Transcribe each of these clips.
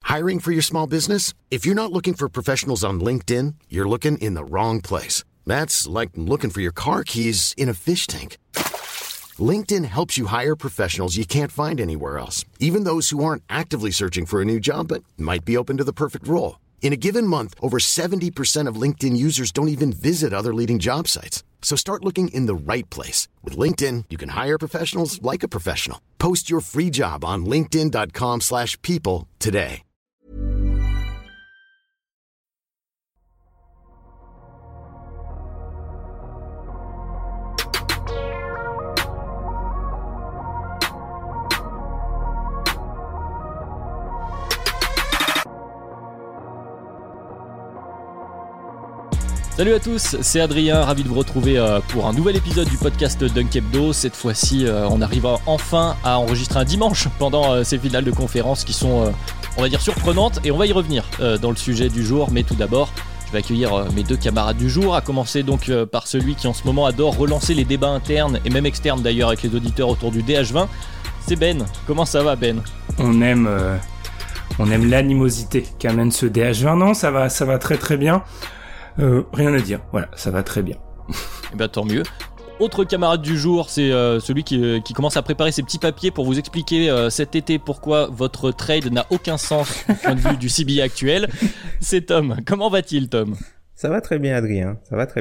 Hiring for your small business? If you're not looking for professionals on LinkedIn, you're looking in the wrong place. That's like looking for your car keys in a fish tank. LinkedIn helps you hire professionals you can't find anywhere else, even those who aren't actively searching for a new job but might be open to the perfect role. In a given month, over 70% of LinkedIn users don't even visit other leading job sites. So start looking in the right place. With LinkedIn, you can hire professionals like a professional. Post your free job on linkedin.com/people today. Salut à tous, c'est Adrien, ravi de vous retrouver pour un nouvel épisode du podcast Dunk Hebdo. Cette fois-ci, on arrive enfin à enregistrer un dimanche pendant ces finales de conférence qui sont, on va dire, surprenantes. Et on va y revenir dans le sujet du jour. Mais tout d'abord, je vais accueillir mes deux camarades du jour, à commencer donc par celui qui en ce moment adore relancer les débats internes et même externes d'ailleurs avec les auditeurs autour du DH20. C'est Ben. Comment ça va, Ben ? On aime l'animosité qu'amène ce DH20. Non, ça va très très bien. Rien à dire, voilà, ça va très bien. Et ben tant mieux. Autre camarade du jour, c'est celui qui commence à préparer ses petits papiers pour vous expliquer cet été pourquoi votre trade n'a aucun sens du point de vue du CBA actuel. C'est Tom. Comment va-t-il, Tom ? Ça va très bien, Adrien.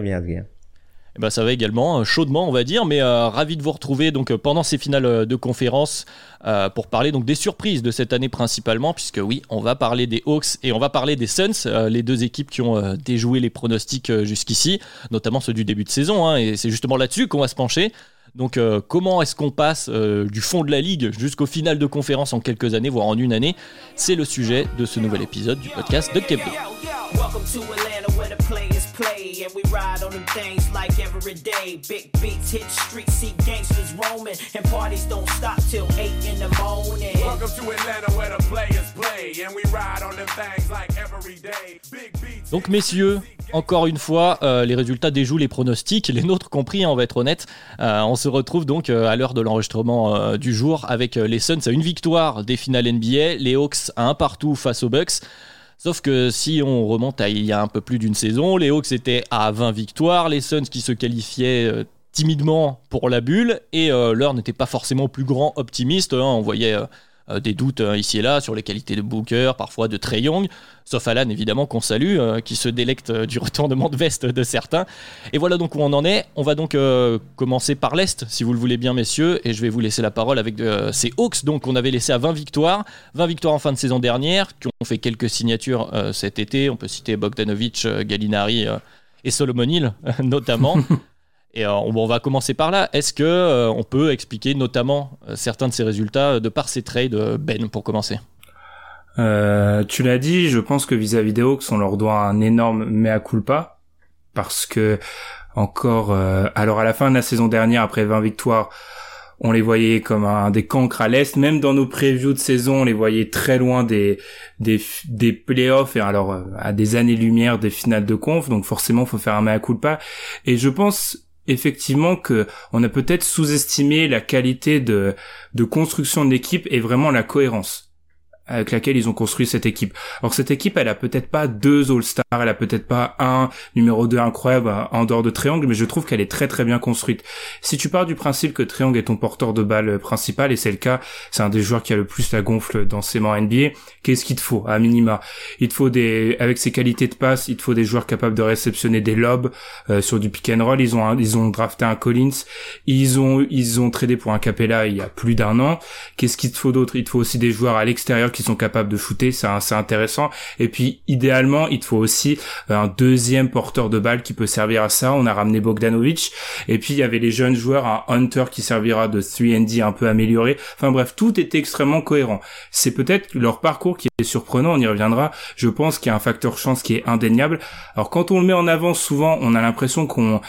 Et ben ça va également, chaudement on va dire, mais ravi de vous retrouver donc pendant ces finales de conférence pour parler donc des surprises de cette année principalement, puisque oui, on va parler des Hawks et on va parler des Suns, les deux équipes qui ont déjoué les pronostics jusqu'ici, notamment ceux du début de saison, hein, et c'est justement là-dessus qu'on va se pencher. Donc comment est-ce qu'on passe du fond de la ligue jusqu'aux finales de conférence en quelques années, voire en une année ? C'est le sujet de ce nouvel épisode du podcast de Kebdo. Welcome to Atlanta where the players play and we ride on them things like every day. Big beats hit streets, see gangsters roaming and parties don't stop till 8 in the morning. Welcome to Atlanta where the players play and we ride on them things like every day. Big beats. Donc messieurs, encore une fois, les résultats déjouent les pronostics, les nôtres compris, hein, on va être honnête. On se retrouve donc à l'heure de l'enregistrement du jour avec les Suns à une victoire des finales NBA, les Hawks à un partout face aux Bucks. Sauf que si on remonte à il y a un peu plus d'une saison, les Hawks étaient à 20 victoires, les Suns qui se qualifiaient timidement pour la bulle, et l'heure n'était pas forcément au plus grand optimiste, hein, on voyait des doutes ici et là sur les qualités de Booker, parfois de Trae Young, sauf Alan évidemment qu'on salue, qui se délecte du retournement de veste de certains. Et voilà donc où on en est. On va donc commencer par l'Est, si vous le voulez bien messieurs, et je vais vous laisser la parole avec ces Hawks, donc on avait laissé à 20 victoires en fin de saison dernière, qui ont fait quelques signatures cet été, on peut citer Bogdanovic, Gallinari et Solomon Hill notamment. Et on va commencer par là. Est-ce que on peut expliquer notamment certains de ces résultats de par ces trades, Ben, pour commencer ? Tu l'as dit, je pense que vis-à-vis des Hawks, on leur doit un énorme mea culpa, parce que encore, alors à la fin de la saison dernière, après 20 victoires, on les voyait comme des cancres à l'Est. Même dans nos previews de saison, on les voyait très loin des playoffs, et alors à des années-lumière des finales de conf. Donc forcément, faut faire un mea culpa. Et je pense effectivement que on a peut-être sous-estimé la qualité de construction de l'équipe et vraiment la cohérence avec laquelle ils ont construit cette équipe. Alors cette équipe, elle a peut-être pas 2 All-Stars, elle a peut-être pas un numéro 2 incroyable en dehors de Trae Young, mais je trouve qu'elle est très très bien construite. Si tu pars du principe que Trae Young est ton porteur de balle principal, et c'est le cas, c'est un des joueurs qui a le plus la gonfle dans ses mains NBA, qu'est-ce qu'il te faut à minima ? Il te faut avec ses qualités de passe, il te faut des joueurs capables de réceptionner des lobes sur du pick and roll. Ils ont drafté un Collins, ils ont tradé pour un Capella il y a plus d'1 an. Qu'est-ce qu'il te faut d'autre ? Il te faut aussi des joueurs à l'extérieur qui sont capables de shooter, c'est intéressant. Et puis idéalement, il te faut aussi un deuxième porteur de balle qui peut servir à ça. On a ramené Bogdanovic, et puis il y avait les jeunes joueurs, un Hunter qui servira de 3&D un peu amélioré. Enfin bref, tout était extrêmement cohérent. C'est peut-être leur parcours qui est surprenant, on y reviendra. Je pense qu'il y a un facteur chance qui est indéniable. Alors quand on le met en avant, souvent on a l'impression qu'on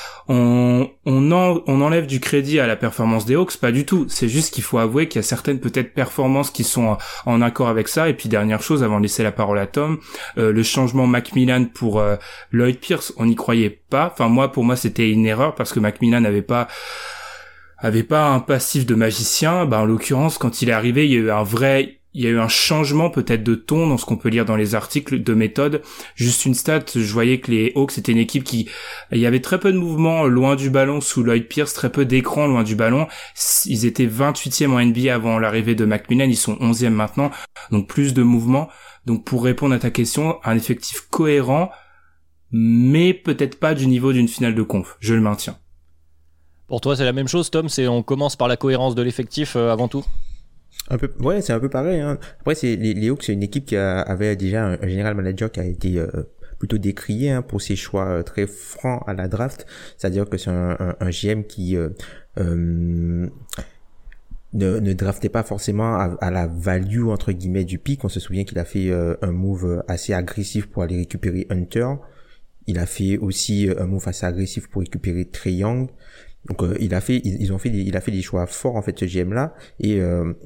enlève du crédit à la performance des Hawks, pas du tout. C'est juste qu'il faut avouer qu'il y a certaines peut-être performances qui sont en accord avec ça. Et puis dernière chose, avant de laisser la parole à Tom, le changement Macmillan pour Lloyd Pierce, on n'y croyait pas. Enfin pour moi c'était une erreur parce que Macmillan avait pas un passif de magicien. En l'occurrence, quand il est arrivé, il y a eu il y a eu un changement peut-être de ton dans ce qu'on peut lire dans les articles, de méthode. Juste une stat, je voyais que les Hawks c'était une équipe il y avait très peu de mouvements loin du ballon sous Lloyd Pierce, très peu d'écran loin du ballon. Ils étaient 28e en NBA avant l'arrivée de McMillan, ils sont 11e maintenant, donc plus de mouvements. Donc pour répondre à ta question, un effectif cohérent, mais peut-être pas du niveau d'une finale de conf, je le maintiens. Pour toi c'est la même chose Tom, on commence par la cohérence de l'effectif avant tout? Ouais, c'est un peu pareil, hein. Après, les Hawks, c'est une équipe qui avait déjà un général manager qui a été plutôt décrié, hein, pour ses choix très francs à la draft. C'est-à-dire que c'est un GM qui ne draftait pas forcément à la value entre guillemets du pick. On se souvient qu'il a fait un move assez agressif pour aller récupérer Hunter. Il a fait aussi un move assez agressif pour récupérer Trae Young. Donc il a fait des choix forts en fait, ce GM là, et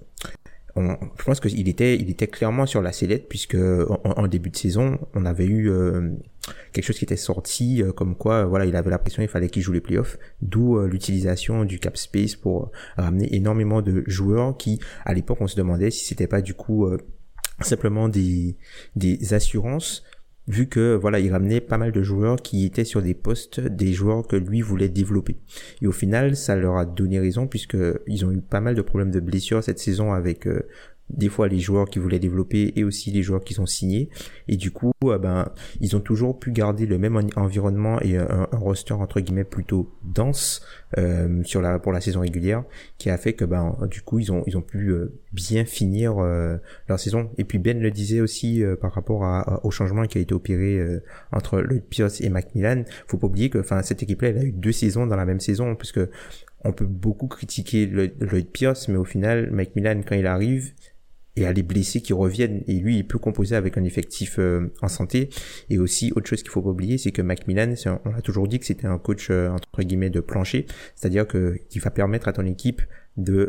je pense qu'il était clairement sur la sellette, puisque en début de saison on avait eu quelque chose qui était sorti, comme quoi voilà, il avait la pression, il fallait qu'il joue les playoffs, d'où l'utilisation du cap space pour ramener énormément de joueurs qui, à l'époque, on se demandait si c'était pas du coup simplement des assurances, vu que voilà, il ramenait pas mal de joueurs qui étaient sur des postes, des joueurs que lui voulait développer. Et au final, ça leur a donné raison, puisque ils ont eu pas mal de problèmes de blessures cette saison, avec des fois les joueurs qui voulaient développer et aussi les joueurs qui sont signés. Et du coup, ils ont toujours pu garder le même environnement et un roster entre guillemets plutôt dense pour la saison régulière, qui a fait que du coup ils ont pu bien finir leur saison. Et puis Ben le disait aussi par rapport au changement qui a été opéré entre Lloyd Pierce et McMillan. Faut pas oublier que cette équipe-là, elle a eu 2 saisons dans la même saison, puisque on peut beaucoup critiquer Lloyd Pierce, mais au final McMillan, quand il arrive, il y a les blessés qui reviennent, et lui il peut composer avec un effectif en santé. Et aussi, autre chose qu'il faut pas oublier, c'est que McMillan, on a toujours dit que c'était un coach entre guillemets de plancher, c'est-à-dire qu'il va permettre à ton équipe de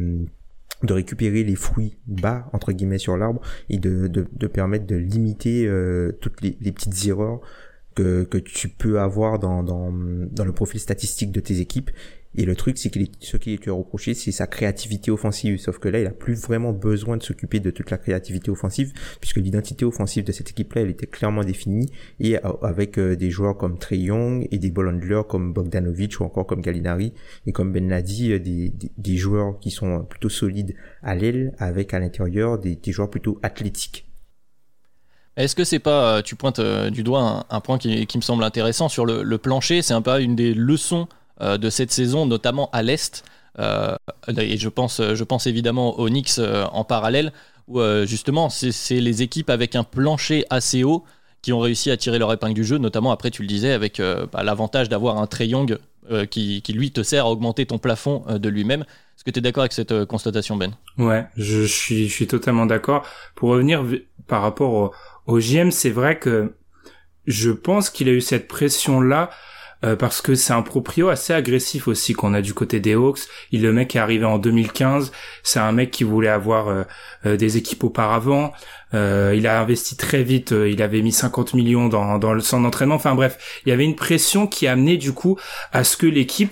récupérer les fruits bas entre guillemets sur l'arbre, et de permettre de limiter toutes les petites erreurs que tu peux avoir dans le profil statistique de tes équipes. Et le truc, c'est que ce qui est reproché, c'est sa créativité offensive. Sauf que là, il a plus vraiment besoin de s'occuper de toute la créativité offensive, puisque l'identité offensive de cette équipe-là, elle était clairement définie, et avec des joueurs comme Trae Young et des ball handlers comme Bogdanovic ou encore comme Gallinari, et comme Ben l'a dit, des joueurs qui sont plutôt solides à l'aile, avec à l'intérieur des joueurs plutôt athlétiques. Est-ce que c'est pas, tu pointes du doigt un point qui me semble intéressant sur le plancher, c'est un peu une des leçons de cette saison, notamment à l'Est, et je pense évidemment aux Knicks en parallèle, où justement c'est les équipes avec un plancher assez haut qui ont réussi à tirer leur épingle du jeu, notamment après, tu le disais, avec l'avantage d'avoir un Trae Young qui lui te sert à augmenter ton plafond de lui-même. Est-ce que tu es d'accord avec cette constatation, Ben? Ouais, je suis totalement d'accord. Pour revenir par rapport au GM, c'est vrai que je pense qu'il a eu cette pression-là parce que c'est un proprio assez agressif aussi qu'on a du côté des Hawks. Le mec est arrivé en 2015, c'est un mec qui voulait avoir des équipes auparavant. Il a investi très vite, il avait mis 50 millions dans le centre d'entraînement. Enfin bref, il y avait une pression qui amenait du coup à ce que l'équipe,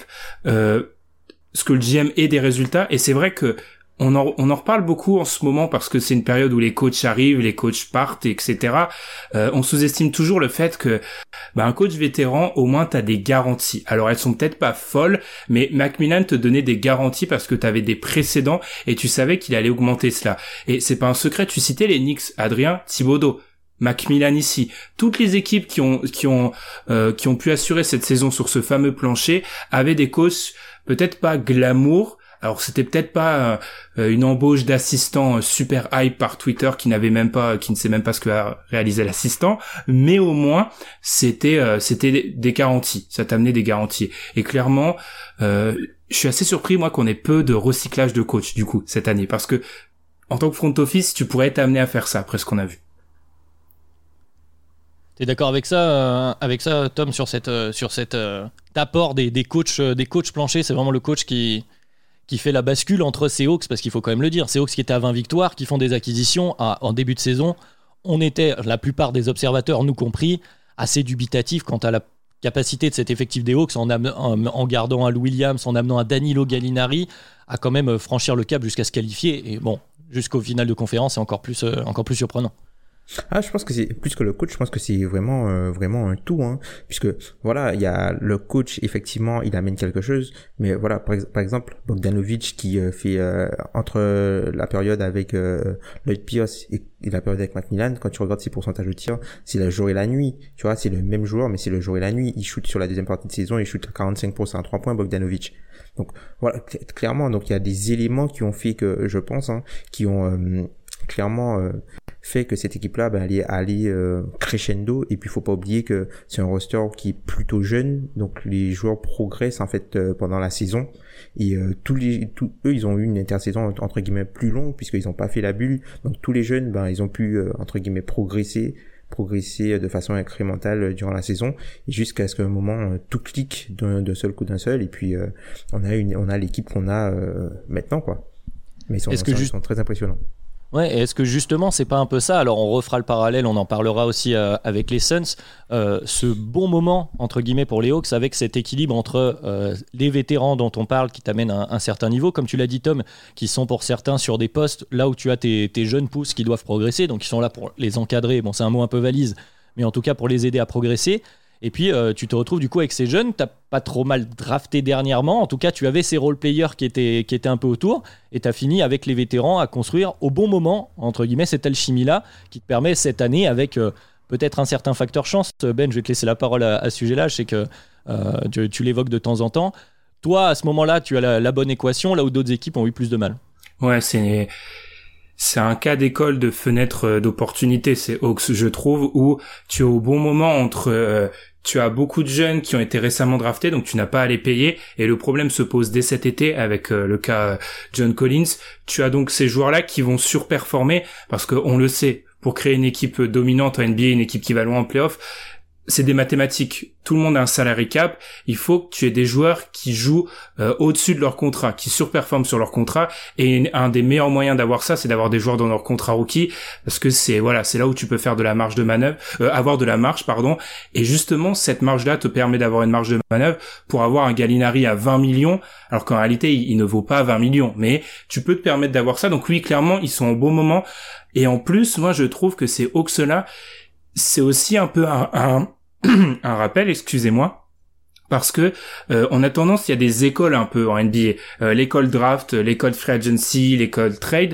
ce que le GM ait des résultats. Et c'est vrai que on en reparle beaucoup en ce moment, parce que c'est une période où les coachs arrivent, les coachs partent, etc. On sous-estime toujours le fait que un coach vétéran, au moins t'as des garanties. Alors elles sont peut-être pas folles, mais McMillan te donnait des garanties parce que t'avais des précédents et tu savais qu'il allait augmenter cela. Et c'est pas un secret, tu citais les Knicks, Adrien, Thibodeau, McMillan ici. Toutes les équipes qui ont pu assurer cette saison sur ce fameux plancher avaient des coachs peut-être pas glamour. Alors c'était peut-être pas une embauche d'assistant super hype par Twitter qui ne sait même pas ce que a réalisé l'assistant, mais au moins c'était des garanties, ça t'amenait des garanties. Et clairement, je suis assez surpris moi qu'on ait peu de recyclage de coach du coup cette année, parce que en tant que front office, tu pourrais être amené à faire ça après ce qu'on a vu. T'es d'accord avec ça, Tom, sur cet apport des coachs planchers? C'est vraiment le coach qui fait la bascule entre ces Hawks, parce qu'il faut quand même le dire, ces Hawks qui étaient à 20 victoires, qui font des acquisitions en début de saison. On était, la plupart des observateurs, nous compris, assez dubitatifs quant à la capacité de cet effectif des Hawks en gardant un Lou Williams, en amenant un Danilo Gallinari, à quand même franchir le cap jusqu'à se qualifier. Et bon, jusqu'au final de conférence, c'est encore plus surprenant. Ah, je pense que c'est plus que le coach, je pense que c'est vraiment un tout, hein, puisque voilà, il y a le coach, effectivement, il amène quelque chose, mais voilà, par exemple Bogdanovic qui fait entre la période avec Lloyd Pierce et la période avec Macmillan, quand tu regardes ses pourcentages de tir, c'est le jour et la nuit, tu vois, c'est le même joueur, mais c'est le jour et la nuit. Il shoot sur la deuxième partie de saison, il shoot à 45% à 3 points, Bogdanovic. Donc voilà, clairement, donc il y a des éléments qui ont fait que, je pense, hein, qui ont clairement fait que cette équipe-là allait crescendo. Et puis faut pas oublier que c'est un roster qui est plutôt jeune, donc les joueurs progressent en fait pendant la saison. Et eux, ils ont eu une intersaison entre guillemets plus longue puisqu'ils ont pas fait la bulle. Donc tous les jeunes, ils ont pu entre guillemets progresser de façon incrémentale durant la saison, et jusqu'à ce qu'à un moment tout clique d'un seul coup et puis on a l'équipe qu'on a maintenant, quoi. Mais ils sont très impressionnants. Ouais, et est-ce que justement c'est pas un peu ça? Alors on refera le parallèle, on en parlera aussi avec les Suns, ce bon moment entre guillemets pour les Hawks avec cet équilibre entre les vétérans dont on parle qui t'amènent un certain niveau, comme tu l'as dit Tom, qui sont pour certains sur des postes là où tu as tes jeunes pousses qui doivent progresser, donc ils sont là pour les encadrer, bon c'est un mot un peu valise, mais en tout cas pour les aider à progresser. Et puis tu te retrouves du coup avec ces jeunes, t'as pas trop mal drafté dernièrement, en tout cas tu avais ces role-players qui étaient un peu autour, et t'as fini avec les vétérans à construire au bon moment, entre guillemets, cette alchimie-là qui te permet cette année avec peut-être un certain facteur chance. Ben, je vais te laisser la parole à ce sujet-là, je sais que tu l'évoques de temps en temps. Toi, à ce moment-là, tu as la bonne équation, là où d'autres équipes ont eu plus de mal. Ouais, c'est un cas d'école de fenêtre d'opportunité, c'est Hawks, je trouve, où tu es au bon moment entre tu as beaucoup de jeunes qui ont été récemment draftés, donc tu n'as pas à les payer, et le problème se pose dès cet été avec le cas John Collins. Tu as donc ces joueurs-là qui vont surperformer, parce que on le sait, pour créer une équipe dominante en NBA, une équipe qui va loin en playoff, c'est des mathématiques. Tout le monde a un salary cap. Il faut que tu aies des joueurs qui jouent au-dessus de leur contrat, qui surperforment sur leur contrat. Et un des meilleurs moyens d'avoir ça, c'est d'avoir des joueurs dans leur contrat rookie, parce que c'est là où tu peux faire de la marge de manœuvre, avoir de la marge, pardon. Et justement, cette marge-là te permet d'avoir une marge de manœuvre pour avoir un Gallinari à 20 millions, alors qu'en réalité, il ne vaut pas 20 millions. Mais tu peux te permettre d'avoir ça. Donc oui, clairement, ils sont au bon moment. Et en plus, moi, je trouve que ces Hawks-là, c'est aussi un peu un rappel, excusez-moi, parce que on a tendance, il y a des écoles un peu en NBA, l'école draft, l'école free agency, l'école trade,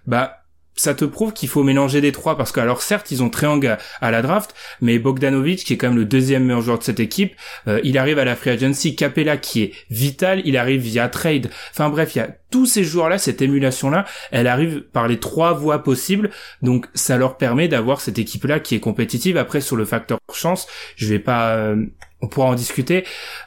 ça te prouve qu'il faut mélanger les trois, parce que alors certes ils ont Triangle à la draft, mais Bogdanovic qui est quand même le deuxième meilleur joueur de cette équipe, il arrive à la free agency, Capella qui est vital, il arrive via trade, enfin bref, il y a tous ces joueurs-là, cette émulation-là, elle arrive par les trois voies possibles, donc ça leur permet d'avoir cette équipe-là qui est compétitive. Après sur le facteur chance, je vais pas, on pourra en discuter.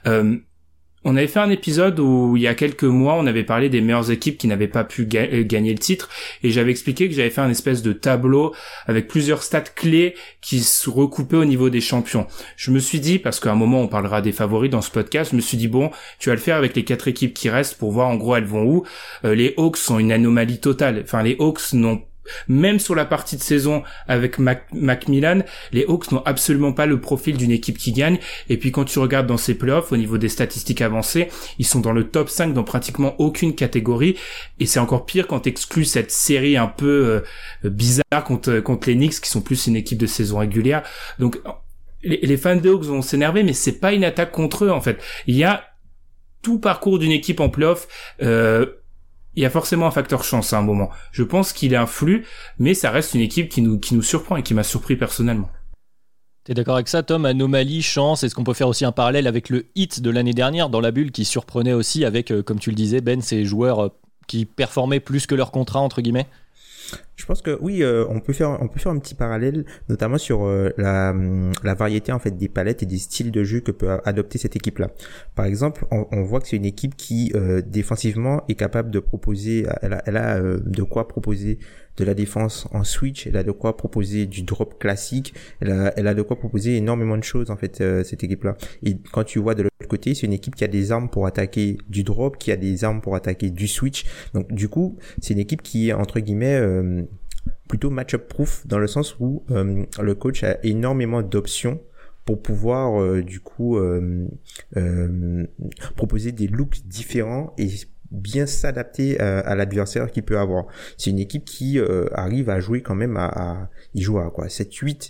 On avait fait un épisode où il y a quelques mois, on avait parlé des meilleures équipes qui n'avaient pas pu gagner le titre, et j'avais expliqué que j'avais fait un espèce de tableau avec plusieurs stats clés qui se recoupaient au niveau des champions. Je me suis dit, parce qu'à un moment on parlera des favoris dans ce podcast, je me suis dit bon, tu vas le faire avec les 4 équipes qui restent pour voir en gros elles vont où. Les Hawks sont une anomalie totale. Enfin, les Hawks n'ont même sur la partie de saison avec Macmillan, les Hawks n'ont absolument pas le profil d'une équipe qui gagne. Et puis quand tu regardes dans ces playoffs, au niveau des statistiques avancées, ils sont dans le top 5 dans pratiquement aucune catégorie. Et c'est encore pire quand t'exclus cette série un peu bizarre contre les Knicks, qui sont plus une équipe de saison régulière. Donc les fans des Hawks vont s'énerver, mais c'est pas une attaque contre eux en fait. Il y a tout parcours d'une équipe en playoff. Il y a forcément un facteur chance à un moment. Je pense qu'il influe, mais ça reste une équipe qui nous surprend et qui m'a surpris personnellement. T'es d'accord avec ça, Tom? Anomalie, chance, est-ce qu'on peut faire aussi un parallèle avec le hit de l'année dernière dans la bulle qui surprenait aussi avec, comme tu le disais, Ben, ces joueurs qui performaient plus que leur contrat, entre guillemets? Je pense que oui, on peut faire un petit parallèle, notamment sur la variété en fait des palettes et des styles de jeu que peut adopter cette équipe-là. Par exemple, on voit que c'est une équipe qui défensivement est capable de proposer, elle a de quoi proposer de la défense en switch, elle a de quoi proposer du drop classique, elle a de quoi proposer énormément de choses en fait, cette équipe-là. Et quand tu vois de l'autre côté, c'est une équipe qui a des armes pour attaquer du drop, qui a des armes pour attaquer du switch. Donc du coup, c'est une équipe qui est entre guillemets plutôt match-up proof, dans le sens où le coach a énormément d'options pour pouvoir proposer des looks différents et bien s'adapter à l'adversaire qu'il peut avoir. C'est une équipe qui arrive à jouer quand même il joue à quoi 7-8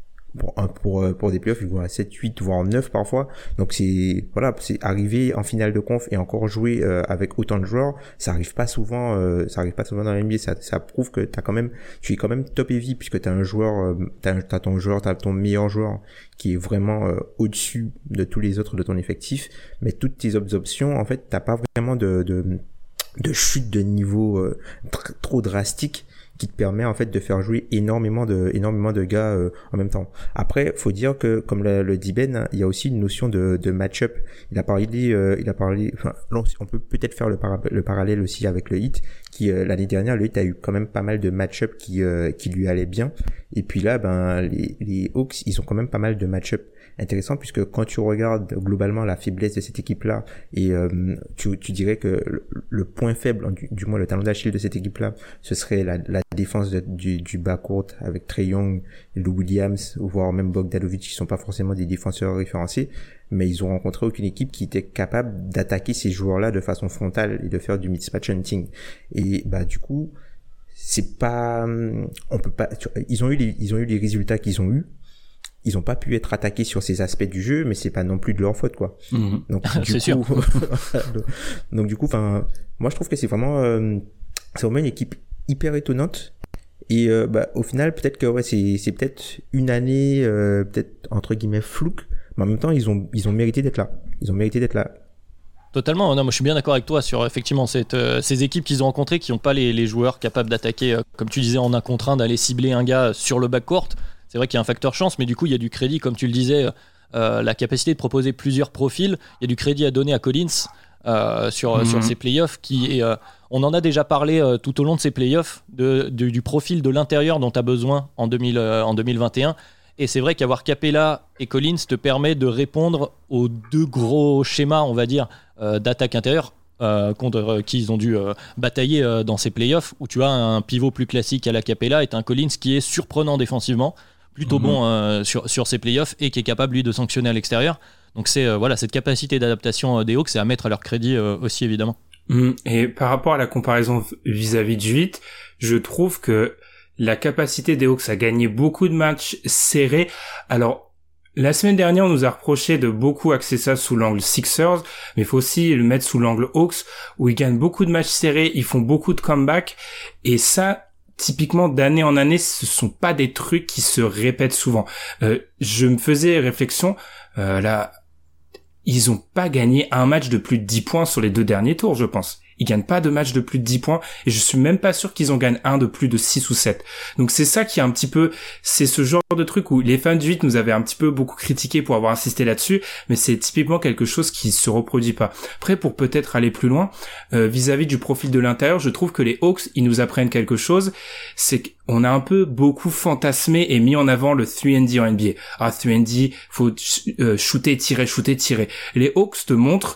pour des playoffs, il joue à 7-8 voire 9 parfois. Donc c'est arriver en finale de conf et encore jouer avec autant de joueurs, ça arrive pas souvent dans la NBA. Ça prouve que tu es quand même top heavy, puisque t'as un joueur, t'as ton meilleur joueur qui est vraiment au-dessus de tous les autres de ton effectif, mais toutes tes autres options, en fait, t'as pas vraiment de chute de niveau trop drastique qui te permet en fait de faire jouer énormément de gars en même temps. Après, faut dire que comme le dit Ben, il y a aussi une notion de match-up. Il a parlé enfin, on peut peut-être faire le parallèle aussi avec le Heat qui l'année dernière, le Heat a eu quand même pas mal de match-up qui lui allaient bien, et puis là les Hawks, ils ont quand même pas mal de match-up intéressant, puisque quand tu regardes globalement la faiblesse de cette équipe-là, et tu dirais que le point faible, du moins le talon d'Achille de cette équipe-là, ce serait la défense du backcourt avec Trae Young, Lou Williams, voire même Bogdanovic, qui sont pas forcément des défenseurs référencés, mais ils ont rencontré aucune équipe qui était capable d'attaquer ces joueurs-là de façon frontale et de faire du mismatch hunting. Et du coup, c'est pas, on peut pas, ils ont eu les résultats qu'ils ont eu. Ils ont pas pu être attaqués sur ces aspects du jeu, mais c'est pas non plus de leur faute, quoi. Donc, sûr. Donc du coup, enfin, moi je trouve que c'est vraiment une équipe hyper étonnante. Et au final, peut-être que c'est peut-être une année, peut-être entre guillemets flouque, mais en même temps, ils ont mérité d'être là. Ils ont mérité d'être là. Totalement. Non, moi je suis bien d'accord avec toi sur effectivement ces équipes qu'ils ont rencontrées qui n'ont pas les joueurs capables d'attaquer, comme tu disais, en un contre un, d'aller cibler un gars sur le backcourt. C'est vrai qu'il y a un facteur chance, mais du coup, il y a du crédit, comme tu le disais, la capacité de proposer plusieurs profils. Il y a du crédit à donner à Collins sur ses playoffs. On en a déjà parlé tout au long de ces playoffs, du profil de l'intérieur dont tu as besoin en 2021. Et c'est vrai qu'avoir Capella et Collins te permet de répondre aux deux gros schémas, on va dire, d'attaque intérieure contre qui ils ont dû batailler dans ces playoffs, où tu as un pivot plus classique à la Capella et un Collins qui est surprenant défensivement, plutôt bon sur ces playoffs, et qui est capable lui de sanctionner à l'extérieur. Donc c'est cette capacité d'adaptation des Hawks, c'est à mettre à leur crédit aussi, évidemment. Et par rapport à la comparaison vis-à-vis du 8, je trouve que la capacité des Hawks à gagner beaucoup de matchs serrés. Alors, la semaine dernière, on nous a reproché de beaucoup axer ça sous l'angle Sixers, mais il faut aussi le mettre sous l'angle Hawks, où ils gagnent beaucoup de matchs serrés, ils font beaucoup de comebacks, et ça, typiquement, d'année en année, ce sont pas des trucs qui se répètent souvent. Je me faisais réflexion, là, ils ont pas gagné un match de plus de 10 points sur les 2 derniers tours, je pense. Ils gagnent pas de match de plus de 10 points, et je suis même pas sûr qu'ils en gagnent un de plus de 6 ou 7. Donc c'est ça qui est un petit peu, c'est ce genre de truc où les fans du 8 nous avaient un petit peu beaucoup critiqué pour avoir insisté là-dessus, mais c'est typiquement quelque chose qui se reproduit pas. Après, pour peut-être aller plus loin, vis-à-vis du profil de l'intérieur, je trouve que les Hawks, ils nous apprennent quelque chose, c'est qu'on a un peu beaucoup fantasmé et mis en avant le 3&D en NBA. Ah, 3&D, faut shooter, tirer. Les Hawks te montrent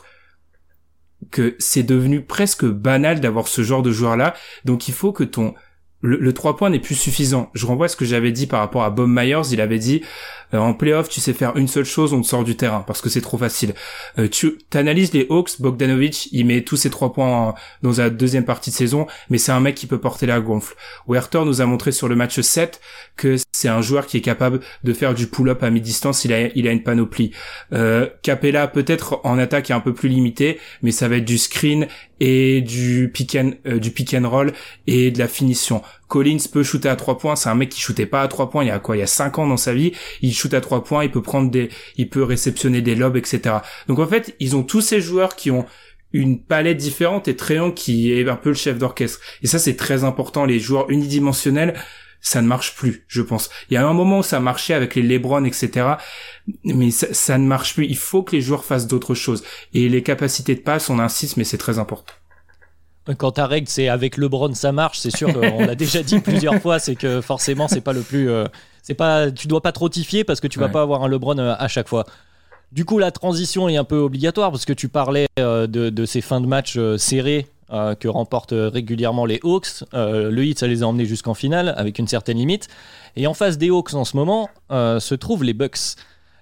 que c'est devenu presque banal d'avoir ce genre de joueur-là, donc il faut que le 3 points n'est plus suffisant. Je renvoie à ce que j'avais dit par rapport à Bob Myers, il avait dit en playoff, tu sais faire une seule chose, on te sort du terrain parce que c'est trop facile. Tu t'analyses les Hawks, Bogdanovic, il met tous ses 3 points dans la deuxième partie de saison, mais c'est un mec qui peut porter la gonfle. Werther nous a montré sur le match 7 que c'est un joueur qui est capable de faire du pull-up à mi-distance, il a une panoplie. Capella peut-être en attaque est un peu plus limité, mais ça va être du screen et du pick and roll et de la finition. Collins peut shooter à 3 points, c'est un mec qui shootait pas à 3 points il y a 5 ans dans sa vie, il shoot à 3 points, il peut réceptionner des lobes, etc. Donc en fait, ils ont tous ces joueurs qui ont une palette différente, et Trae Young qui est un peu le chef d'orchestre. Et ça, c'est très important. Les joueurs unidimensionnels, ça ne marche plus, je pense. Il y a un moment où ça marchait avec les LeBron, etc. Mais ça ne marche plus. Il faut que les joueurs fassent d'autres choses. Et les capacités de passe, on insiste, mais c'est très important. Quand ta règle c'est avec LeBron ça marche, c'est sûr qu'on l'a déjà dit plusieurs fois, c'est que forcément c'est pas le plus, tu dois pas trop t'y fier parce que tu vas pas avoir un LeBron à chaque fois. Du coup la transition est un peu obligatoire parce que tu parlais de ces fins de match serrées que remportent régulièrement les Hawks. Le Heat ça les a emmenés jusqu'en finale avec une certaine limite. Et en face des Hawks en ce moment se trouvent les Bucks.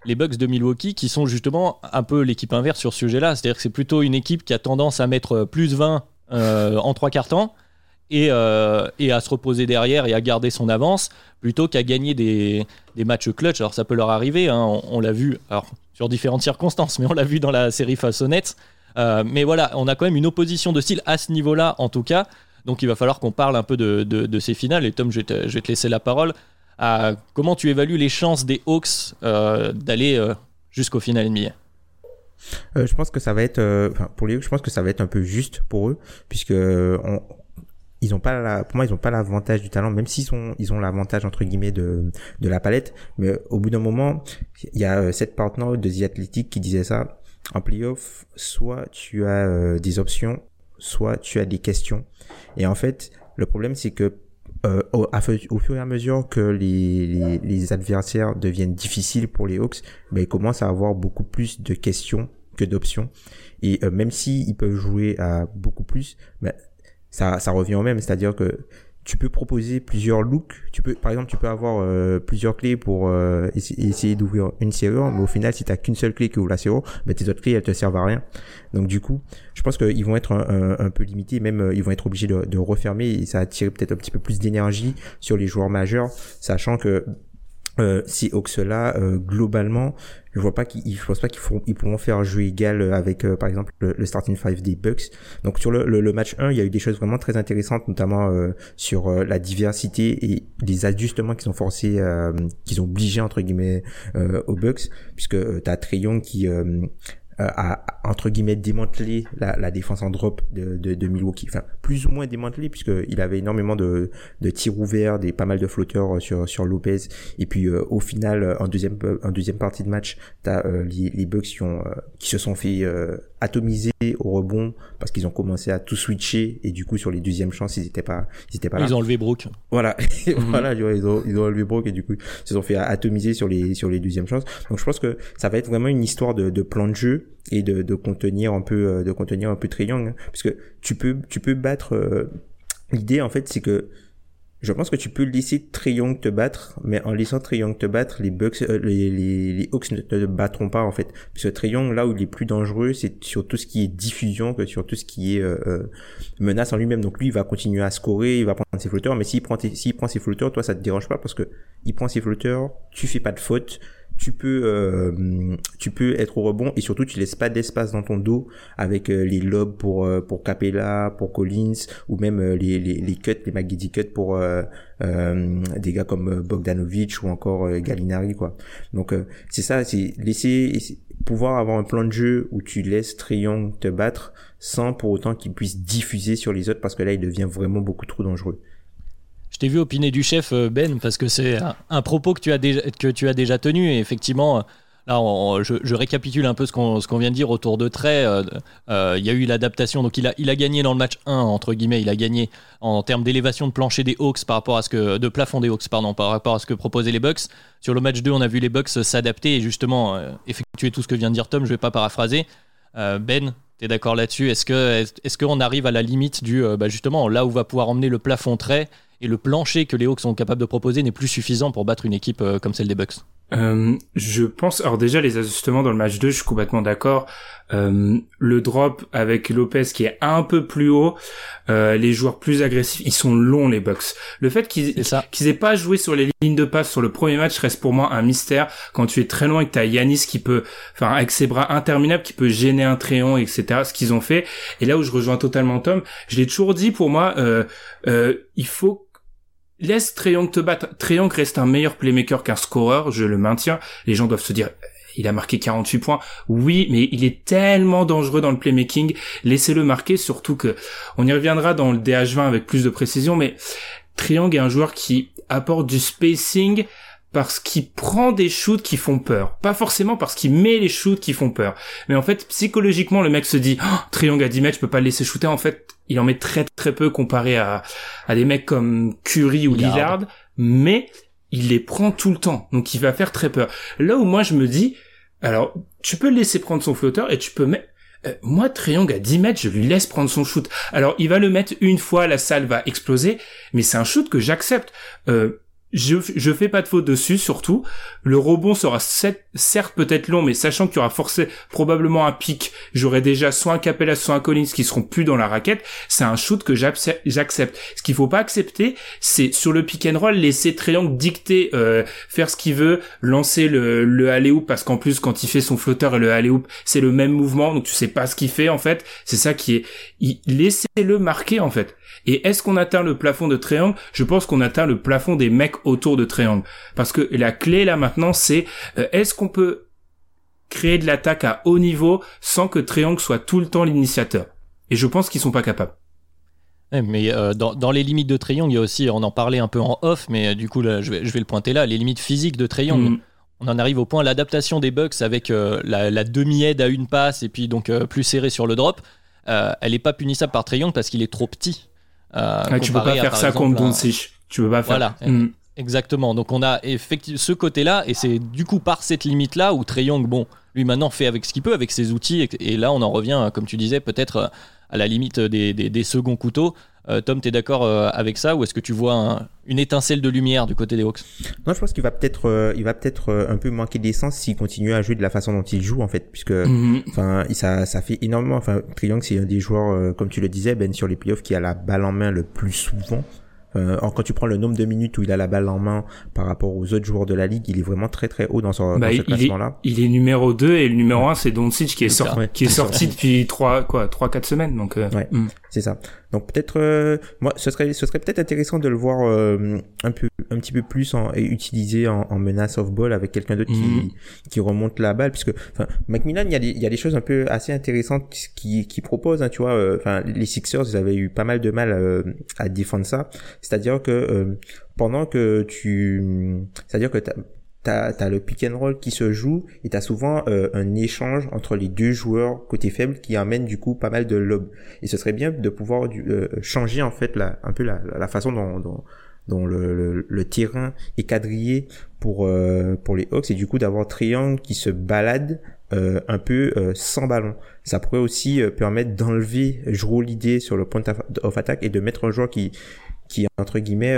les Bucks de Milwaukee qui sont justement un peu l'équipe inverse sur ce sujet-là. C'est-à-dire que c'est plutôt une équipe qui a tendance à mettre plus 20 en 3 quarts temps et à se reposer derrière et à garder son avance plutôt qu'à gagner des matchs clutch. Alors ça peut leur arriver, hein, on l'a vu alors, sur différentes circonstances, mais on l'a vu dans la série face aux Nets. Mais voilà, on a quand même une opposition de style à ce niveau-là en tout cas. Donc il va falloir qu'on parle un peu de ces finales. Et Tom, je vais te laisser la parole. Comment tu évalues les chances des Hawks d'aller jusqu'au final NBA? Je pense que ça va être, pour les Hawks, je pense que ça va être un peu juste pour eux, puisque ils ont pas pour moi, ils ont pas l'avantage du talent, même s'ils ont l'avantage entre guillemets de la palette. Mais au bout d'un moment, il y a Seth Partnow de The Athletic qui disait ça. En playoff, soit tu as des options, soit tu as des questions. Et en fait, le problème, c'est que au fur et à mesure que les adversaires deviennent difficiles pour les Hawks, ils commencent à avoir beaucoup plus de questions que d'options. Et même si ils peuvent jouer à beaucoup plus, ça revient au même. C'est-à-dire que tu peux proposer plusieurs looks. Par exemple, tu peux avoir plusieurs clés pour essayer d'ouvrir une serrure, mais au final, si t'as qu'une seule clé qui ouvre la serrure, tes autres clés elles te servent à rien. Donc du coup, je pense qu'ils vont être un peu limités, même ils vont être obligés de refermer, et ça va attirer peut-être un petit peu plus d'énergie sur les joueurs majeurs, sachant que ces Hawks-là, globalement, je pense pas qu'ils pourront faire jeu égal avec, par exemple, le starting five des Bucks. Donc, sur le match 1, il y a eu des choses vraiment très intéressantes, notamment, sur la diversité et les ajustements qu'ils ont obligés, entre guillemets, aux Bucks, puisque t'as Trae Young qui, a entre guillemets démantelé la défense en drop de Milwaukee, enfin plus ou moins démantelé, puisque il avait énormément de tirs ouverts, pas mal de flotteurs sur Lopez, et puis au final en deuxième partie de match t'as les Bucks qui se sont fait atomiser au rebond parce qu'ils ont commencé à tout switcher, et du coup sur les deuxièmes chances ils étaient pas là. Ils ont enlevé Brook. Voilà. Voilà, ils ont enlevé Brook, et du coup ils se sont fait atomiser sur les deuxièmes chances. Donc je pense que ça va être vraiment une histoire de plan de jeu et de contenir un peu Trae Young, hein, parce que tu peux battre l'idée en fait, c'est que je pense que tu peux laisser Trae Young te battre, mais en laissant Trae Young te battre, les Bucks les Hawks ne te battront pas en fait, parce que Trae Young, là où il est plus dangereux, c'est sur tout ce qui est diffusion que sur tout ce qui est menace en lui-même. Donc lui il va continuer à scorer, il va prendre ses flotteurs, mais s'il prend ses flotteurs, toi ça te dérange pas, parce que il prend ses flotteurs, tu fais pas de faute, tu peux être au rebond, et surtout tu laisses pas d'espace dans ton dos avec les lobs pour Capella, pour Collins, ou même les cuts, les McGiddy cuts pour des gars comme Bogdanovic ou encore Gallinari, quoi. Donc c'est ça, c'est pouvoir avoir un plan de jeu où tu laisses Trae Young te battre sans pour autant qu'il puisse diffuser sur les autres, parce que là il devient vraiment beaucoup trop dangereux. Je t'ai vu opiner du chef, Ben, parce que c'est un propos que tu as déjà tenu, et effectivement, là, je récapitule un peu ce qu'on vient de dire autour de Trae. Il y a eu l'adaptation, donc il a gagné dans le match 1, entre guillemets, il a gagné en termes d'élévation de plancher des Hawks de plafond des Hawks, par rapport à ce que proposaient les Bucks. Sur le match 2, on a vu les Bucks s'adapter et justement effectuer tout ce que vient de dire Tom. Je vais pas paraphraser. Ben, t'es d'accord là-dessus? Est-ce qu'on arrive à la limite du justement là où va pouvoir emmener le plafond Trae, et le plancher que les Hawks sont capables de proposer n'est plus suffisant pour battre une équipe comme celle des Bucks? Je pense, alors déjà les ajustements dans le match 2, je suis complètement d'accord. Le drop avec Lopez qui est un peu plus haut, les joueurs plus agressifs, ils sont longs les Bucks. Le fait qu'ils aient pas joué sur les lignes de passe sur le premier match reste pour moi un mystère. Quand tu es très loin et que t'as Giannis qui peut, avec ses bras interminables, qui peut gêner un Trae, etc., ce qu'ils ont fait. Et là où je rejoins totalement Tom, je l'ai toujours dit, pour moi, il faut laisse Trae Young te battre. Trae Young reste un meilleur playmaker qu'un scoreur, je le maintiens. Les gens doivent se dire, il a marqué 48 points. Oui, mais il est tellement dangereux dans le playmaking. Laissez-le marquer, surtout que on y reviendra dans le DH20 avec plus de précision, mais Trae Young est un joueur qui apporte du spacing parce qu'il prend des shoots qui font peur. Pas forcément parce qu'il met les shoots qui font peur. Mais en fait, psychologiquement, le mec se dit, Trae Young a 10 mètres, je peux pas le laisser shooter. En fait, il en met très très peu comparé à des mecs comme Curry ou Lillard, mais il les prend tout le temps. Donc il va faire très peur. Là où moi je me dis, alors, tu peux le laisser prendre son flotteur et tu peux mettre, moi, Trae Young à 10 mètres, je lui laisse prendre son shoot. Alors, il va le mettre une fois, la salle va exploser, mais c'est un shoot que j'accepte. je fais pas de faute dessus, surtout. Le rebond sera certes peut-être long, mais sachant qu'il y aura probablement un pic, j'aurai déjà soit un Capella, soit un Collins qui seront plus dans la raquette, c'est un shoot que j'accepte. Ce qu'il faut pas accepter, c'est sur le pick and roll, laisser Trae Young dicter, faire ce qu'il veut, lancer le alley-oop, parce qu'en plus, quand il fait son flotteur et le alley-oop, c'est le même mouvement, donc tu sais pas ce qu'il fait, en fait. C'est ça qui est, laissez-le marquer, en fait. Et est-ce qu'on atteint le plafond de Trae Young ? Je pense qu'on atteint le plafond des mecs autour de Trae Young. Parce que la clé là maintenant c'est est-ce qu'on peut créer de l'attaque à haut niveau sans que Trae Young soit tout le temps l'initiateur ? Et je pense qu'ils sont pas capables. Mais dans les limites de Trae Young, il y a aussi, on en parlait un peu en off, mais du coup là, je vais le pointer là, les limites physiques de Trae Young. On en arrive au point, l'adaptation des Bucks avec la demi-aide à une passe et puis donc plus serrée sur le drop, elle est pas punissable par Trae Young parce qu'il est trop petit. Tu peux pas faire ça contre Doncic. Tu peux pas faire. Voilà. Exactement. Donc on a effectivement ce côté-là, et c'est du coup par cette limite-là où Trae Young, bon, lui maintenant fait avec ce qu'il peut, avec ses outils, et là on en revient, comme tu disais, peut-être à la limite des seconds couteaux. Tom, t'es d'accord avec ça, ou est-ce que tu vois une étincelle de lumière du côté des Hawks ? Non, je pense qu'il va peut-être, un peu manquer d'essence s'il continue à jouer de la façon dont il joue en fait, puisque, enfin, ça fait énormément. Enfin, Trae Young, c'est un des joueurs, comme tu le disais, Ben, sur les playoffs, qui a la balle en main le plus souvent. Or, quand tu prends le nombre de minutes où il a la balle en main par rapport aux autres joueurs de la ligue, il est vraiment très très haut dans ce classement-là. Il est numéro 2 et le numéro 1 c'est Doncic qui est sorti depuis 3-4 semaines, donc c'est ça. Donc peut-être moi ce serait peut-être intéressant de le voir un petit peu plus utilisé en menace off ball avec quelqu'un d'autre qui remonte la balle, puisque enfin Macmillan, il y a des choses un peu assez intéressantes qui proposent, hein, tu vois, enfin les Sixers, ils avaient eu pas mal de mal à défendre ça, c'est-à-dire que pendant que t'as le pick and roll qui se joue et t'as souvent un échange entre les deux joueurs côté faible qui amène du coup pas mal de lobes. Et ce serait bien de pouvoir changer en fait un peu la façon dont le terrain est quadrillé pour les Hawks, et du coup d'avoir Trae Young qui se balade un peu sans ballon. Ça pourrait aussi permettre d'enlever Jrue Holiday sur le point of attack et de mettre un joueur qui entre guillemets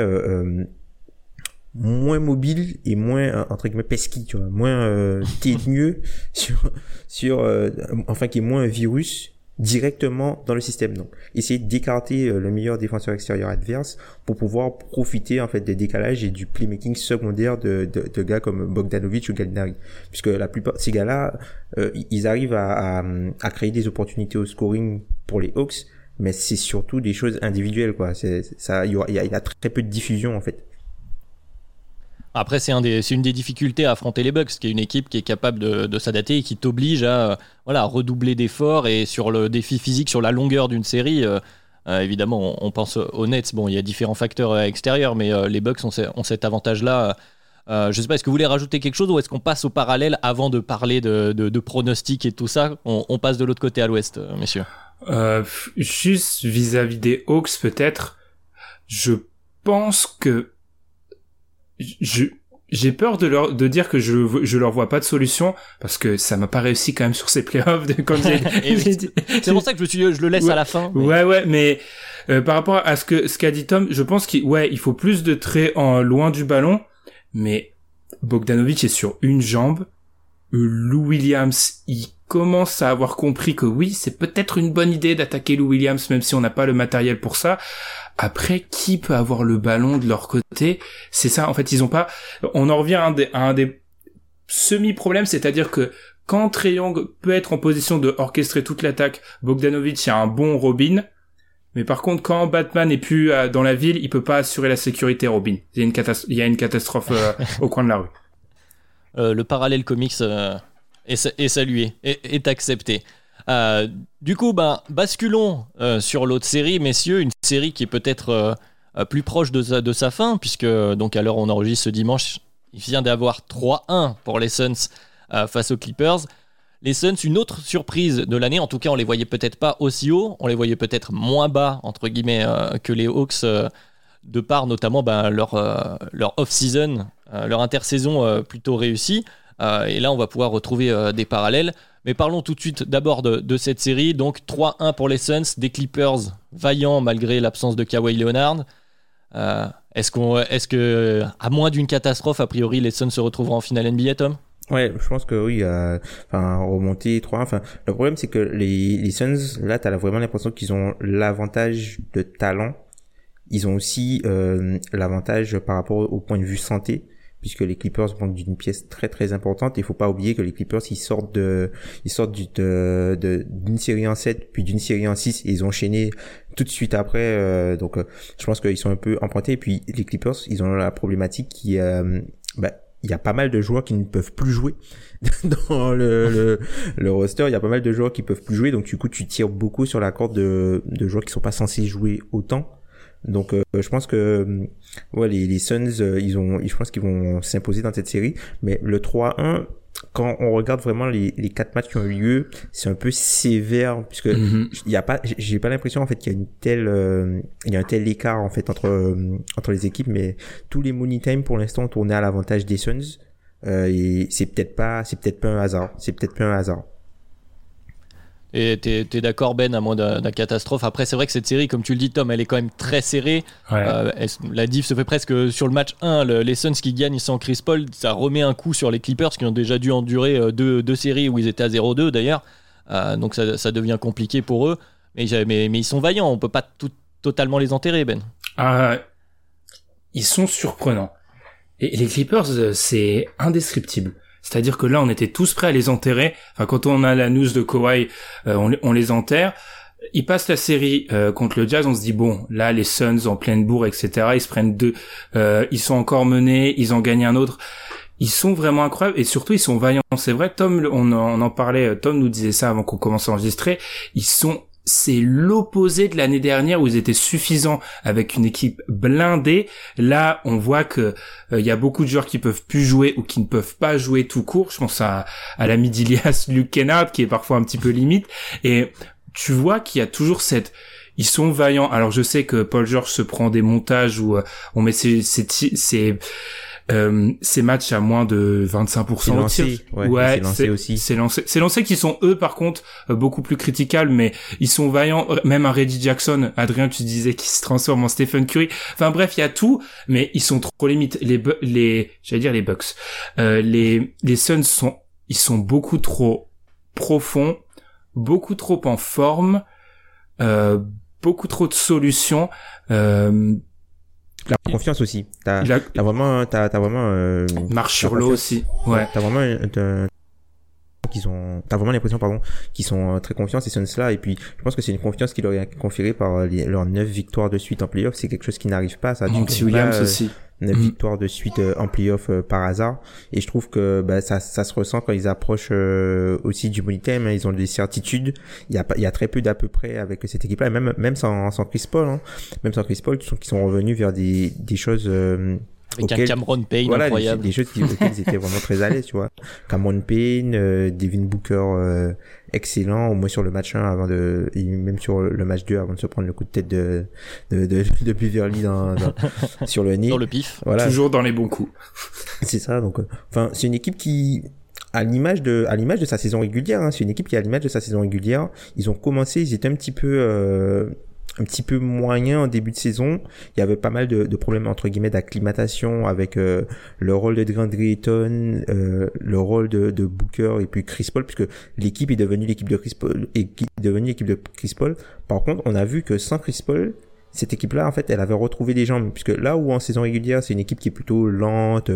moins mobile et moins entre guillemets pesky, tu vois, moins ténueux enfin qui est moins un virus directement dans le système. Donc essayer d'écarter le meilleur défenseur extérieur adverse pour pouvoir profiter en fait des décalages et du playmaking secondaire de gars comme Bogdanovic ou Gallinari, puisque la plupart de ces gars-là ils arrivent à créer des opportunités au scoring pour les Hawks, mais c'est surtout des choses individuelles, quoi. Il y a très peu de diffusion en fait. Après, c'est une des difficultés à affronter les Bucks, qui est une équipe qui est capable de s'adapter et qui t'oblige à redoubler d'efforts. Et sur le défi physique, sur la longueur d'une série, évidemment, on pense aux Nets. Bon, il y a différents facteurs extérieurs, mais les Bucks ont cet avantage-là. Je sais pas, est-ce que vous voulez rajouter quelque chose, ou est-ce qu'on passe au parallèle avant de parler de pronostics et tout ça ? On passe de l'autre côté à l'ouest, messieurs. Juste vis-à-vis des Hawks, peut-être, je pense que j'ai peur de dire que je leur vois pas de solution, parce que ça m'a pas réussi quand même sur ces playoffs c'est pour ça que je le laisse à la fin. Mais par rapport à ce qu'a dit Tom, je pense il faut plus de traits loin du ballon, mais Bogdanovic est sur une jambe. Lou Williams, il commence à avoir compris que oui, c'est peut-être une bonne idée d'attaquer Lou Williams, même si on n'a pas le matériel pour ça. Après, qui peut avoir le ballon de leur côté ? C'est ça, en fait, ils ont pas... On en revient à un des semi-problèmes, c'est-à-dire que quand Trae Young peut être en position de orchestrer toute l'attaque, Bogdanovic, il y a un bon Robin, mais par contre, quand Batman est plus dans la ville, il peut pas assurer la sécurité Robin. Il y a une catastrophe au coin de la rue. Le parallèle comics est salué, est accepté. Du coup, basculons sur l'autre série, messieurs, une série qui est peut-être plus proche de sa fin, puisque donc à l'heure où on enregistre ce dimanche, il vient d'avoir 3-1 pour les Suns face aux Clippers. Les Suns, une autre surprise de l'année, en tout cas on les voyait peut-être pas aussi haut, on les voyait peut-être moins bas entre guillemets que les Hawks, de par notamment leur off-season, leur intersaison plutôt réussie. Et là on va pouvoir retrouver des parallèles. Mais parlons tout de suite d'abord de cette série. Donc 3-1 pour les Suns, des Clippers vaillants malgré l'absence de Kawhi Leonard. Est-ce que, à moins d'une catastrophe, a priori, les Suns se retrouveront en finale NBA, Tom? Ouais, je pense que oui, remonter 3-1. Enfin, le problème, c'est que les Suns, là, t'as vraiment l'impression qu'ils ont l'avantage de talent. Ils ont aussi l'avantage par rapport au point de vue santé, puisque les Clippers manquent d'une pièce très très importante. Il faut pas oublier que les Clippers, ils sortent d'une série en 7, puis d'une série en 6, et ils ont enchaîné tout de suite après. Donc, je pense qu'ils sont un peu empruntés. Et puis, les Clippers, ils ont la problématique qui il y a pas mal de joueurs qui ne peuvent plus jouer dans le roster. Il y a pas mal de joueurs qui peuvent plus jouer. Donc, du coup, tu tires beaucoup sur la corde de joueurs qui sont pas censés jouer autant. Donc, je pense que, les Suns, je pense qu'ils vont s'imposer dans cette série. Mais le 3-1, quand on regarde vraiment les 4 matchs qui ont eu lieu, c'est un peu sévère, puisque j'ai pas l'impression, en fait, qu'il y a un tel écart, en fait, entre les équipes, mais tous les money time, pour l'instant, ont tourné à l'avantage des Suns, et c'est peut-être pas un hasard. Et t'es d'accord, Ben, à moins d'un catastrophe. Après, c'est vrai que cette série, comme tu le dis, Tom, elle est quand même très serrée. Ouais. La diff se fait presque sur le match 1. Les Suns qui gagnent sans Chris Paul, ça remet un coup sur les Clippers qui ont déjà dû endurer deux séries où ils étaient à 0-2 d'ailleurs. Donc ça devient compliqué pour eux. Mais ils sont vaillants, on peut pas totalement les enterrer, Ben. Ils sont surprenants. Et les Clippers, c'est indescriptible. C'est-à-dire que là, on était tous prêts à les enterrer. Enfin, quand on a la news de Kawhi, on les enterre. Ils passent la série contre le Jazz, on se dit bon, là les Suns en pleine bourre, etc. Ils se prennent 2, ils sont encore menés, ils en gagnent un autre. Ils sont vraiment incroyables et surtout ils sont vaillants. C'est vrai, Tom, on en parlait. Tom nous disait ça avant qu'on commence à enregistrer. C'est l'opposé de l'année dernière où ils étaient suffisants avec une équipe blindée. Là, on voit que il y a beaucoup de joueurs qui peuvent plus jouer ou qui ne peuvent pas jouer tout court. Je pense à l'ami d'Ilias, Luke Kennard, qui est parfois un petit peu limite. Et tu vois qu'il y a toujours ils sont vaillants. Alors, je sais que Paul George se prend des montages où on met ces matchs à moins de 25% au tir. Ouais, c'est lancé aussi. C'est lancé qui sont eux par contre beaucoup plus critiquables, mais ils sont vaillants. Même un Reggie Jackson, Adrien, tu disais qu'il se transforme en Stephen Curry. Enfin bref, il y a tout, mais ils sont trop limites. J'allais dire les Bucks. Les Suns ils sont beaucoup trop profonds, beaucoup trop en forme, beaucoup trop de solutions. La confiance aussi. T'as vraiment marche sur l'eau aussi. Ouais. T'as vraiment t'as vraiment l'impression qu'ils sont très confiants ces Suns là, et puis je pense que c'est une confiance qui leur est conférée par leurs 9 victoires de suite en playoff. C'est quelque chose qui n'arrive pas, ça. Monty Williams aussi. 9 victoires de suite en playoff par hasard, et je trouve que ça se ressent quand ils approchent aussi du money time. Ils ont des certitudes. Il y a très peu d'à peu près avec cette équipe là, même sans Chris Paul, hein. Même sans Chris Paul, qui sont revenus vers des choses avec un Cameron Payne incroyable. Des choses auxquelles ils étaient vraiment très à l'aise, tu vois. Cameron Payne, Devin Booker, excellent, au moins sur le match 1 même sur le match 2 avant de se prendre le coup de tête de Beverly sur le nez. Sur le pif. Voilà. Toujours dans les bons coups. C'est ça, donc, c'est une équipe qui, à l'image de sa saison régulière, hein, c'est une équipe qui, à l'image de sa saison régulière, ils ont commencé, ils étaient un petit peu moyen en début de saison. Il y avait pas mal de problèmes entre guillemets d'acclimatation avec le rôle de DeAndre Ayton, le rôle de Booker et puis Chris Paul, puisque l'équipe est devenue l'équipe de Chris Paul. Par contre, on a vu que sans Chris Paul, cette équipe-là, en fait, elle avait retrouvé des jambes, puisque là où en saison régulière, c'est une équipe qui est plutôt lente,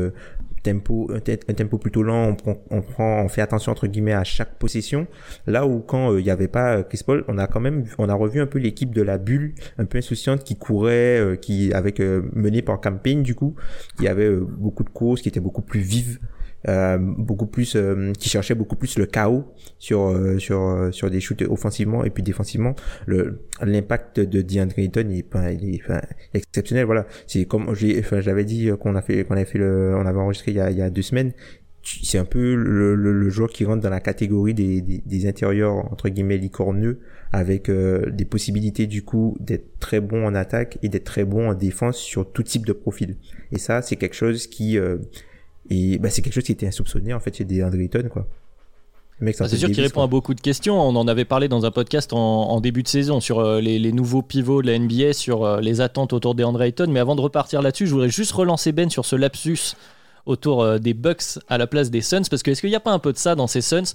un tempo plutôt lent, on fait attention entre guillemets à chaque possession. Là où quand il y avait pas Chris Paul, on a revu un peu l'équipe de la bulle, un peu insouciante, qui courait, menée par Campaign, du coup, qui avait beaucoup de courses, qui étaient beaucoup plus vives, beaucoup plus, qui cherchait beaucoup plus le chaos sur des shoots offensivement et puis défensivement. L'impact de DeAndre Ayton il est exceptionnel. Voilà, c'est comme j'avais dit on avait enregistré il y a 2 semaines. C'est un peu le joueur qui rentre dans la catégorie des intérieurs entre guillemets licorneux, avec des possibilités du coup d'être très bon en attaque et d'être très bon en défense sur tout type de profil. Et ça, c'est quelque chose qui c'est quelque chose qui était insoupçonné en fait chez DeAndre Ayton, quoi. C'est sûr qu'il répond à beaucoup de questions. On en avait parlé dans un podcast en début de saison sur les nouveaux pivots de la NBA, sur les attentes autour d'Andre Ayton. Mais avant de repartir là-dessus, je voudrais juste relancer Ben sur ce lapsus autour des Bucks à la place des Suns, parce que est-ce qu'il n'y a pas un peu de ça dans ces Suns,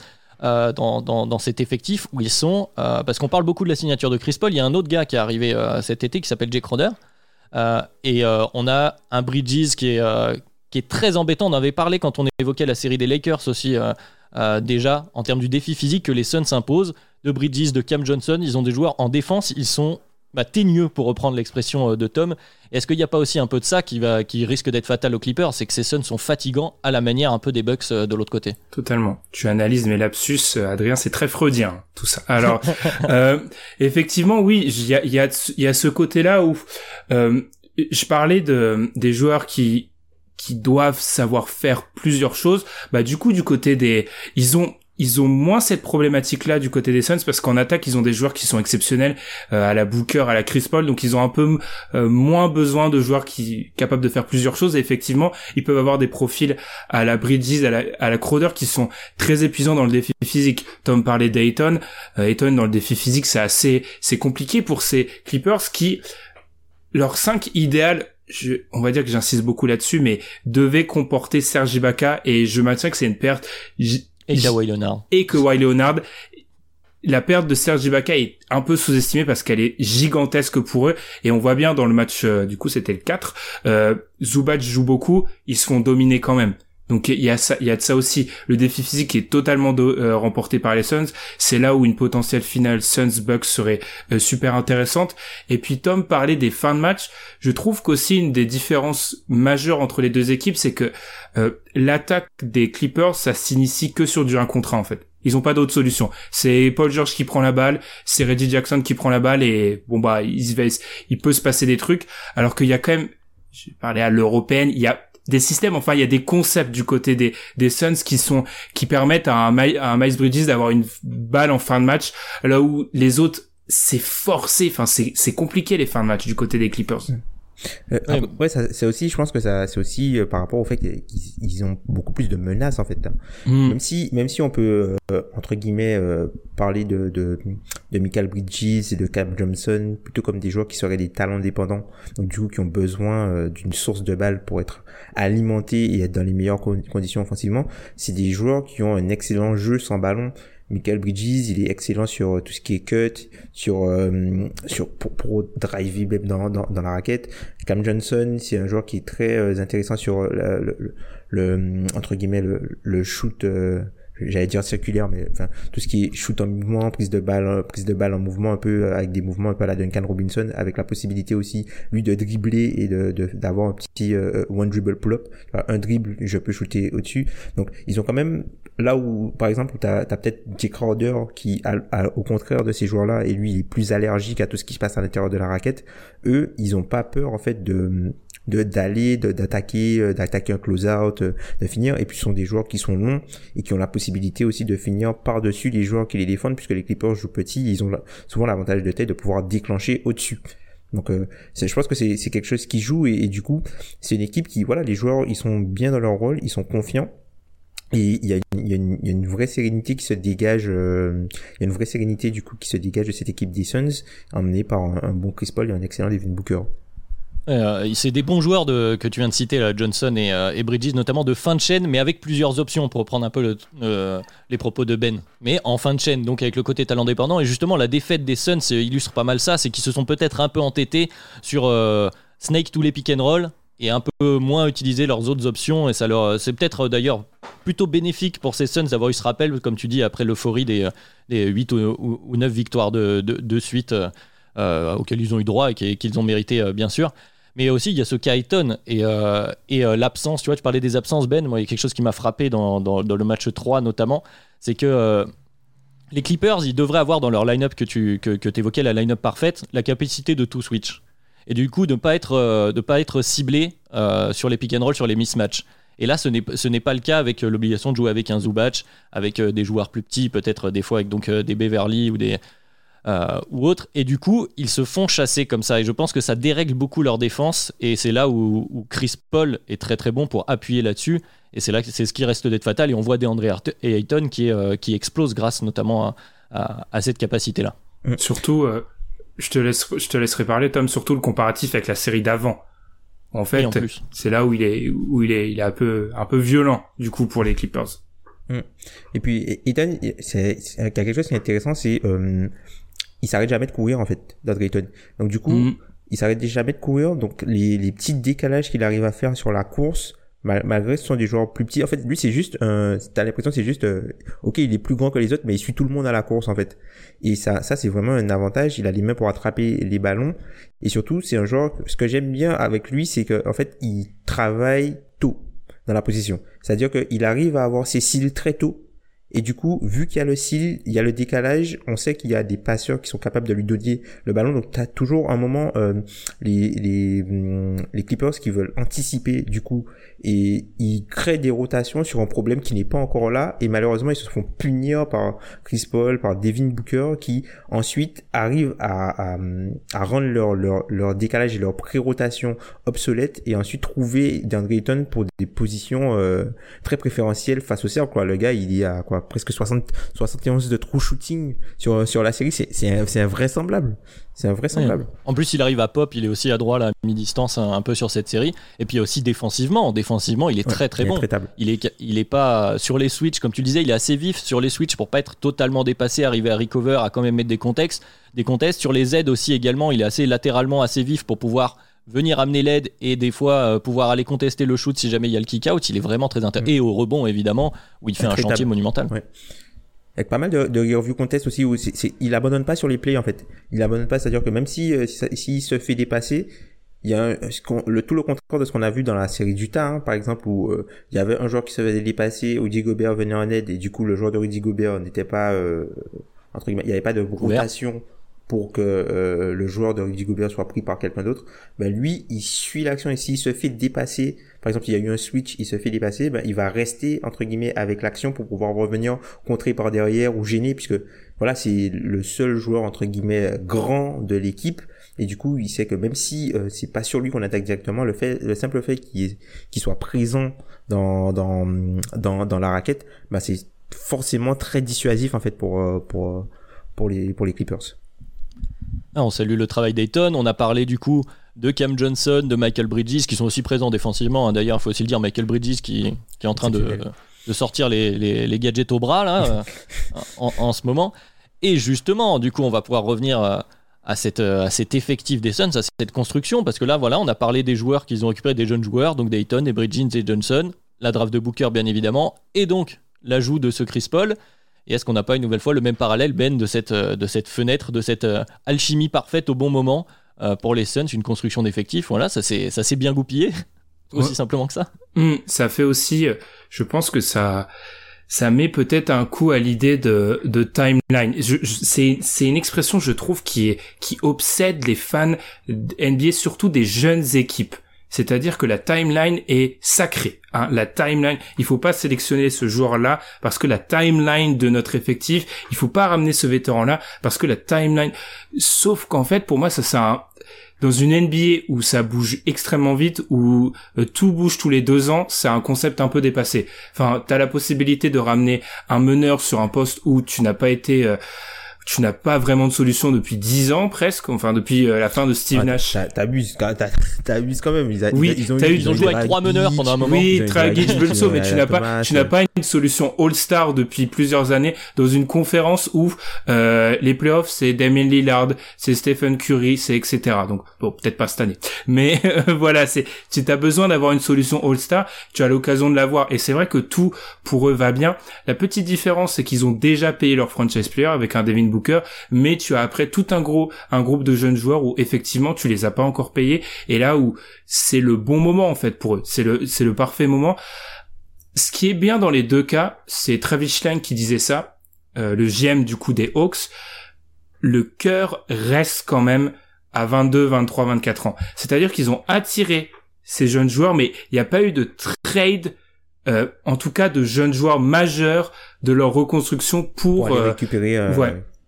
dans cet effectif où ils sont, parce qu'on parle beaucoup de la signature de Chris Paul. Il y a un autre gars qui est arrivé cet été qui s'appelle Jay Crowder, et on a un Bridges qui est très embêtant. On en avait parlé quand on évoquait la série des Lakers aussi, déjà en termes du défi physique que les Suns s'imposent. De Bridges, de Cam Johnson, ils ont des joueurs en défense, ils sont teigneux, pour reprendre l'expression de Tom. Est-ce qu'il n'y a pas aussi un peu de ça qui risque d'être fatal aux Clippers, c'est que ces Suns sont fatigants à la manière un peu des Bucks de l'autre côté? Totalement. Tu analyses mes lapsus, Adrien, c'est très freudien tout ça. Alors effectivement, oui, il y a ce côté-là où je parlais des joueurs qui doivent savoir faire plusieurs choses. Du coup, du côté ils ont moins cette problématique-là du côté des Suns, parce qu'en attaque, ils ont des joueurs qui sont exceptionnels, à la Booker, à la Chris Paul, donc ils ont un peu moins besoin de joueurs capables de faire plusieurs choses. Et effectivement, ils peuvent avoir des profils à la Bridges, à la Crowder, qui sont très épuisants dans le défi physique. Tom parlait d'Ayton. Ayton, dans le défi physique, c'est compliqué pour ces Clippers qui, leur 5 idéal, on va dire que j'insiste beaucoup là-dessus, mais devait comporter Serge Ibaka, et je maintiens que c'est une perte. Et Kawhi Leonard. Et Kawhi Leonard. La perte de Serge Ibaka est un peu sous-estimée parce qu'elle est gigantesque pour eux. Et on voit bien dans le match, du coup c'était le 4, Zubac joue beaucoup, ils se font dominer quand même. Donc il y a de ça aussi. Le défi physique est totalement remporté par les Suns. C'est là où une potentielle finale Suns-Bucks serait super intéressante. Et puis Tom parlait des fins de match. Je trouve qu'aussi une des différences majeures entre les deux équipes, c'est que l'attaque des Clippers, ça s'initie que sur du 1 contre 1 en fait. Ils ont pas d'autre solution. C'est Paul George qui prend la balle, c'est Reggie Jackson qui prend la balle, et il peut se passer des trucs. Alors qu'il y a quand même, j'ai parlé à l'européenne, il y a des systèmes, enfin il y a des concepts du côté des Suns qui permettent à un Miles Bridges d'avoir une balle en fin de match, là où les autres, c'est forcé, enfin c'est compliqué les fins de match du côté des Clippers. Ouais, c'est aussi, je pense que c'est aussi par rapport au fait qu'ils ont beaucoup plus de menaces en fait. Même si on peut entre guillemets parler de Mikal Bridges et de Cam Johnson plutôt comme des joueurs qui seraient des talents dépendants, donc du coup qui ont besoin d'une source de balles pour être alimentés et être dans les meilleures conditions offensivement. C'est des joueurs qui ont un excellent jeu sans ballon. Mikal Bridges, il est excellent sur tout ce qui est cut, pour driver même dans la raquette. Cam Johnson, c'est un joueur qui est très intéressant sur le entre guillemets le shoot, j'allais dire circulaire, mais enfin tout ce qui est shoot en mouvement, prise de balle en mouvement, un peu avec des mouvements un peu à la Duncan Robinson, avec la possibilité aussi lui de dribbler et d'avoir un petit one dribble pull-up, un dribble, je peux shooter au-dessus. Donc ils ont quand même, là où par exemple t'as peut-être Jay Crowder qui au contraire de ces joueurs-là, et lui il est plus allergique à tout ce qui se passe à l'intérieur de la raquette. Eux, ils ont pas peur en fait d'attaquer un close-out, de finir. Et puis ce sont des joueurs qui sont longs et qui ont la possibilité aussi de finir par-dessus les joueurs qui les défendent, puisque les Clippers jouent petits, ils ont souvent l'avantage de tête de pouvoir déclencher au-dessus. Donc je pense que c'est quelque chose qui joue, et du coup c'est une équipe qui, voilà, les joueurs ils sont bien dans leur rôle, ils sont confiants. Et il y a une vraie sérénité qui se dégage, du coup qui se dégage de cette équipe des Suns, emmenée par un bon Chris Paul et un excellent Devin Booker. C'est des bons joueurs que tu viens de citer, là, Johnson et Bridges, notamment de fin de chaîne, mais avec plusieurs options, pour reprendre un peu les propos de Ben. Mais en fin de chaîne, donc avec le côté talent dépendant. Et justement, la défaite des Suns illustre pas mal ça, c'est qu'ils se sont peut-être un peu entêtés sur snake tous les pick and roll et un peu moins utiliser leurs autres options. Et c'est peut-être d'ailleurs plutôt bénéfique pour ces Suns d'avoir eu ce rappel, comme tu dis, après l'euphorie des 8 ou 9 victoires de suite auxquelles ils ont eu droit et qu'ils ont mérité, bien sûr. Mais aussi, il y a ce cas Ayton et l'absence. Tu vois, tu parlais des absences, Ben. Moi, il y a quelque chose qui m'a frappé dans le match 3, notamment. C'est que les Clippers, ils devraient avoir dans leur line-up que tu évoquais, la line-up parfaite, la capacité de tout switch. Et du coup, de ne pas être ciblé sur les pick and roll, sur les mismatchs. Et là, ce n'est pas le cas avec l'obligation de jouer avec un Zubac, avec des joueurs plus petits, peut-être des fois avec donc des Beverly ou des ou autre, et du coup ils se font chasser comme ça, et je pense que ça dérègle beaucoup leur défense, et c'est là où Chris Paul est très très bon pour appuyer là-dessus, et c'est là que c'est ce qui reste d'être fatal, et on voit DeAndre Ayton qui explose grâce notamment à cette capacité-là. Surtout, je te laisserai parler, Tom, surtout le comparatif avec la série d'avant. En fait, c'est là où il est un peu violent du coup pour les Clippers. Et puis Ayton, c'est quelque chose qui est intéressant, c'est il s'arrête jamais de courir en fait, DeAndre Ayton. Donc du coup, il s'arrête jamais de courir, donc les petits décalages qu'il arrive à faire sur la course, malgré ce sont des joueurs plus petits. En fait, lui c'est juste t'as l'impression que c'est juste OK, il est plus grand que les autres mais il suit tout le monde à la course en fait. Et ça c'est vraiment un avantage, il a les mains pour attraper les ballons et surtout, c'est un joueur, ce que j'aime bien avec lui, c'est que en fait, il travaille tôt dans la position. C'est-à-dire qu'il arrive à avoir ses cils très tôt. Et du coup, vu qu'il y a le cil, il y a le décalage, on sait qu'il y a des passeurs qui sont capables de lui donner le ballon. Donc, t'as toujours un moment, les Clippers qui veulent anticiper, du coup, et ils créent des rotations sur un problème qui n'est pas encore là. Et malheureusement, ils se font punir par Chris Paul, par Devin Booker, qui ensuite arrivent à rendre leur décalage et leur pré-rotation obsolètes et ensuite trouver DeAndre Ayton pour des positions très préférentielles face au cercle, quoi. Le gars, il y a quoi, presque 71 de true shooting sur la série, c'est invraisemblable. C'est invraisemblable. Ouais. En plus, il arrive à pop, il est aussi à droit à mi-distance un peu sur cette série. Et puis aussi défensivement, il est très très bon. Il est pas sur les switches, comme tu le disais, il est assez vif sur les switches pour pas être totalement dépassé, arriver à recover, à quand même mettre des contests. Sur les aides aussi également, il est assez latéralement assez vif pour pouvoir venir amener l'aide et des fois pouvoir aller contester le shoot si jamais il y a le kick-out. Il est vraiment très intéressant. Et au rebond évidemment, où il fait un chantier monumental. Ouais. Avec pas mal de review contest aussi où il abandonne pas sur les plays en fait. Il abandonne pas, c'est-à-dire que même s'il se fait dépasser, il y a tout le contraire de ce qu'on a vu dans la série d'Utah, hein, par exemple, où il y avait un joueur qui se faisait dépasser, où Rudy Gobert venait en aide et du coup le joueur de Rudy Gobert n'était pas entre guillemets, il y avait pas de rotation pour que le joueur de Rudy Gobert soit pris par quelqu'un d'autre. Ben lui, il suit l'action et s'il se fait dépasser, par exemple, il y a eu un switch, il se fait dépasser, ben il va rester entre guillemets avec l'action pour pouvoir revenir contrer par derrière ou gêner, puisque voilà, c'est le seul joueur entre guillemets grand de l'équipe et du coup, il sait que même si c'est pas sur lui qu'on attaque directement, le simple fait qu'il soit présent dans la raquette, ben c'est forcément très dissuasif en fait pour les Clippers. On salue le travail d'Ayton. On a parlé du coup de Cam Johnson, de Michael Bridges qui sont aussi présents défensivement. D'ailleurs, il faut aussi le dire, Michael Bridges qui est en train de sortir les gadgets au bras là en ce moment. Et justement, du coup, on va pouvoir revenir à cet effectif des Suns, à cette construction, parce que là, voilà, on a parlé des joueurs qu'ils ont récupérés, des jeunes joueurs, donc d'Ayton, des Bridges et Johnson, la draft de Booker bien évidemment, et donc l'ajout de ce Chris Paul. Et est-ce qu'on n'a pas une nouvelle fois le même parallèle, Ben, de cette fenêtre, de cette alchimie parfaite au bon moment pour les Suns, une construction d'effectifs, voilà, ça s'est bien goupillé, aussi simplement que ça. Ça fait aussi, je pense que ça met peut-être un coup à l'idée de timeline. C'est une expression, je trouve, qui obsède les fans NBA, surtout des jeunes équipes. C'est-à-dire que la timeline est sacrée. Hein. La timeline, il faut pas sélectionner ce joueur-là parce que la timeline de notre effectif, il faut pas ramener ce vétéran-là parce que la timeline. Sauf qu'en fait, pour moi, ça dans une NBA où ça bouge extrêmement vite, où tout bouge tous les 2 ans, c'est un concept un peu dépassé. Enfin, t'as la possibilité de ramener un meneur sur un poste où tu n'as pas vraiment de solution depuis 10 ans presque, enfin depuis la fin de Steve Nash. T'abuses quand même. Ils ont joué avec 3 meneurs pendant un moment. Oui, Dragic, Bledsoe, mais tu n'as pas une solution All-Star depuis plusieurs années dans une conférence où les playoffs c'est Damian Lillard, c'est Stephen Curry, c'est etc. Donc bon, peut-être pas cette année, mais voilà, si t'as besoin d'avoir une solution All-Star, tu as l'occasion de l'avoir et c'est vrai que tout pour eux va bien. La petite différence c'est qu'ils ont déjà payé leur franchise player avec un Devin Booker, mais tu as après tout un groupe de jeunes joueurs où effectivement tu les as pas encore payés et là où c'est le bon moment en fait pour eux, c'est le parfait moment. Ce qui est bien dans les deux cas, c'est Travis Schlenk qui disait ça, le GM du coup des Hawks, le cœur reste quand même à 22, 23, 24 ans. C'est-à-dire qu'ils ont attiré ces jeunes joueurs, mais il n'y a pas eu de trade en tout cas de jeunes joueurs majeurs de leur reconstruction pour aller récupérer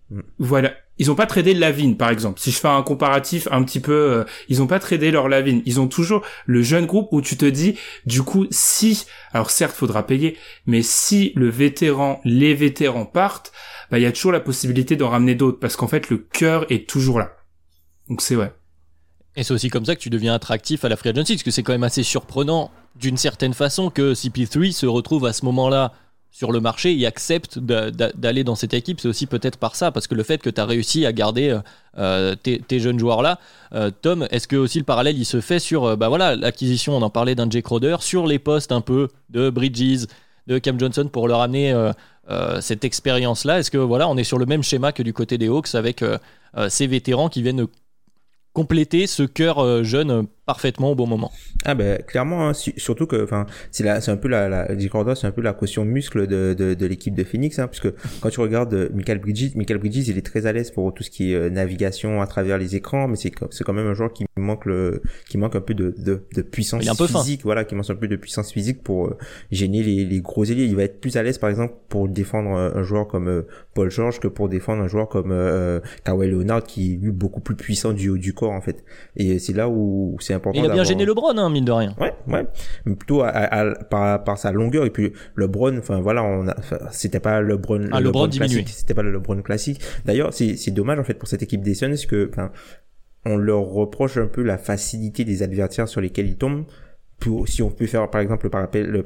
Voilà. Ils ont pas tradé Lavine, par exemple. Si je fais un comparatif un petit peu, ils ont pas tradé leur Lavine. Ils ont toujours le jeune groupe où tu te dis, du coup, si, alors certes, faudra payer, mais si les vétérans partent, bah, il y a toujours la possibilité d'en ramener d'autres parce qu'en fait, le cœur est toujours là. Donc c'est ouais. Et c'est aussi comme ça que tu deviens attractif à la free agency, parce que c'est quand même assez surprenant, d'une certaine façon, que CP3 se retrouve à ce moment-là sur le marché et accepte d'aller dans cette équipe. C'est aussi peut-être par ça, parce que le fait que tu as réussi à garder tes jeunes joueurs-là. Tom, est-ce que aussi le parallèle il se fait sur l'acquisition, on en parlait d'un Jay Crowder, sur les postes un peu de Bridges, de Cam Johnson, pour leur amener cette expérience-là? Est-ce que voilà, on est sur le même schéma que du côté des Hawks, avec ces vétérans qui viennent compléter ce cœur jeune parfaitement au bon moment? Ah ben clairement, hein, surtout que enfin c'est un peu Jay Crowder, c'est un peu la caution muscle de l'équipe de Phoenix, hein, puisque quand tu regardes Michael Bridges, il est très à l'aise pour tout ce qui est navigation à travers les écrans, mais c'est quand même un joueur qui manque un peu de puissance physique, voilà, qui manque un peu de puissance physique pour gêner les gros ailiers. Il va être plus à l'aise par exemple pour défendre un joueur comme Paul George que pour défendre un joueur comme Kawhi Leonard, qui est lui beaucoup plus puissant du haut du corps en fait. Et c'est là où c'est important. Il a bien gêné LeBron, hein, mine de rien. Ouais. Mais plutôt par sa longueur. Et puis LeBron, enfin voilà, c'était pas LeBron classique. C'était pas le LeBron classique. D'ailleurs, c'est dommage en fait pour cette équipe des Suns, que enfin on leur reproche un peu la facilité des adversaires sur lesquels ils tombent. Si on peut faire par exemple le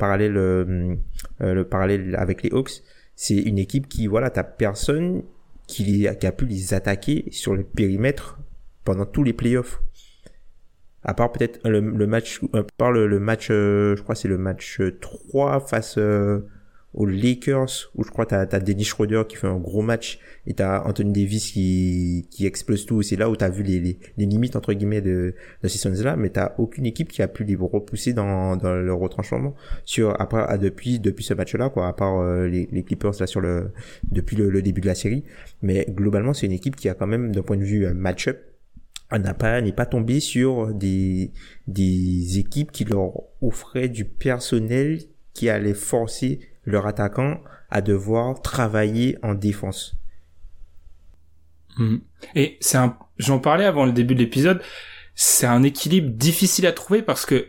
parallèle avec les Hawks, c'est une équipe qui voilà, t'as personne qui a pu les attaquer sur le périmètre pendant tous les playoffs. À part peut-être le match, je crois que c'est le match 3 face aux Lakers, où je crois t'as Dennis Schroeder qui fait un gros match, et t'as Anthony Davis qui explose tout. C'est là où t'as vu les limites entre guillemets de ces Suns là, mais t'as aucune équipe qui a pu les repousser dans le retranchement depuis ce match là, quoi, à part les Clippers là depuis le début de la série. Mais globalement c'est une équipe qui a quand même, d'un point de vue match-up, n'est pas tombé sur des équipes qui leur offraient du personnel qui allait forcer leurs attaquants à devoir travailler en défense. Et j'en parlais avant le début de l'épisode, c'est un équilibre difficile à trouver parce que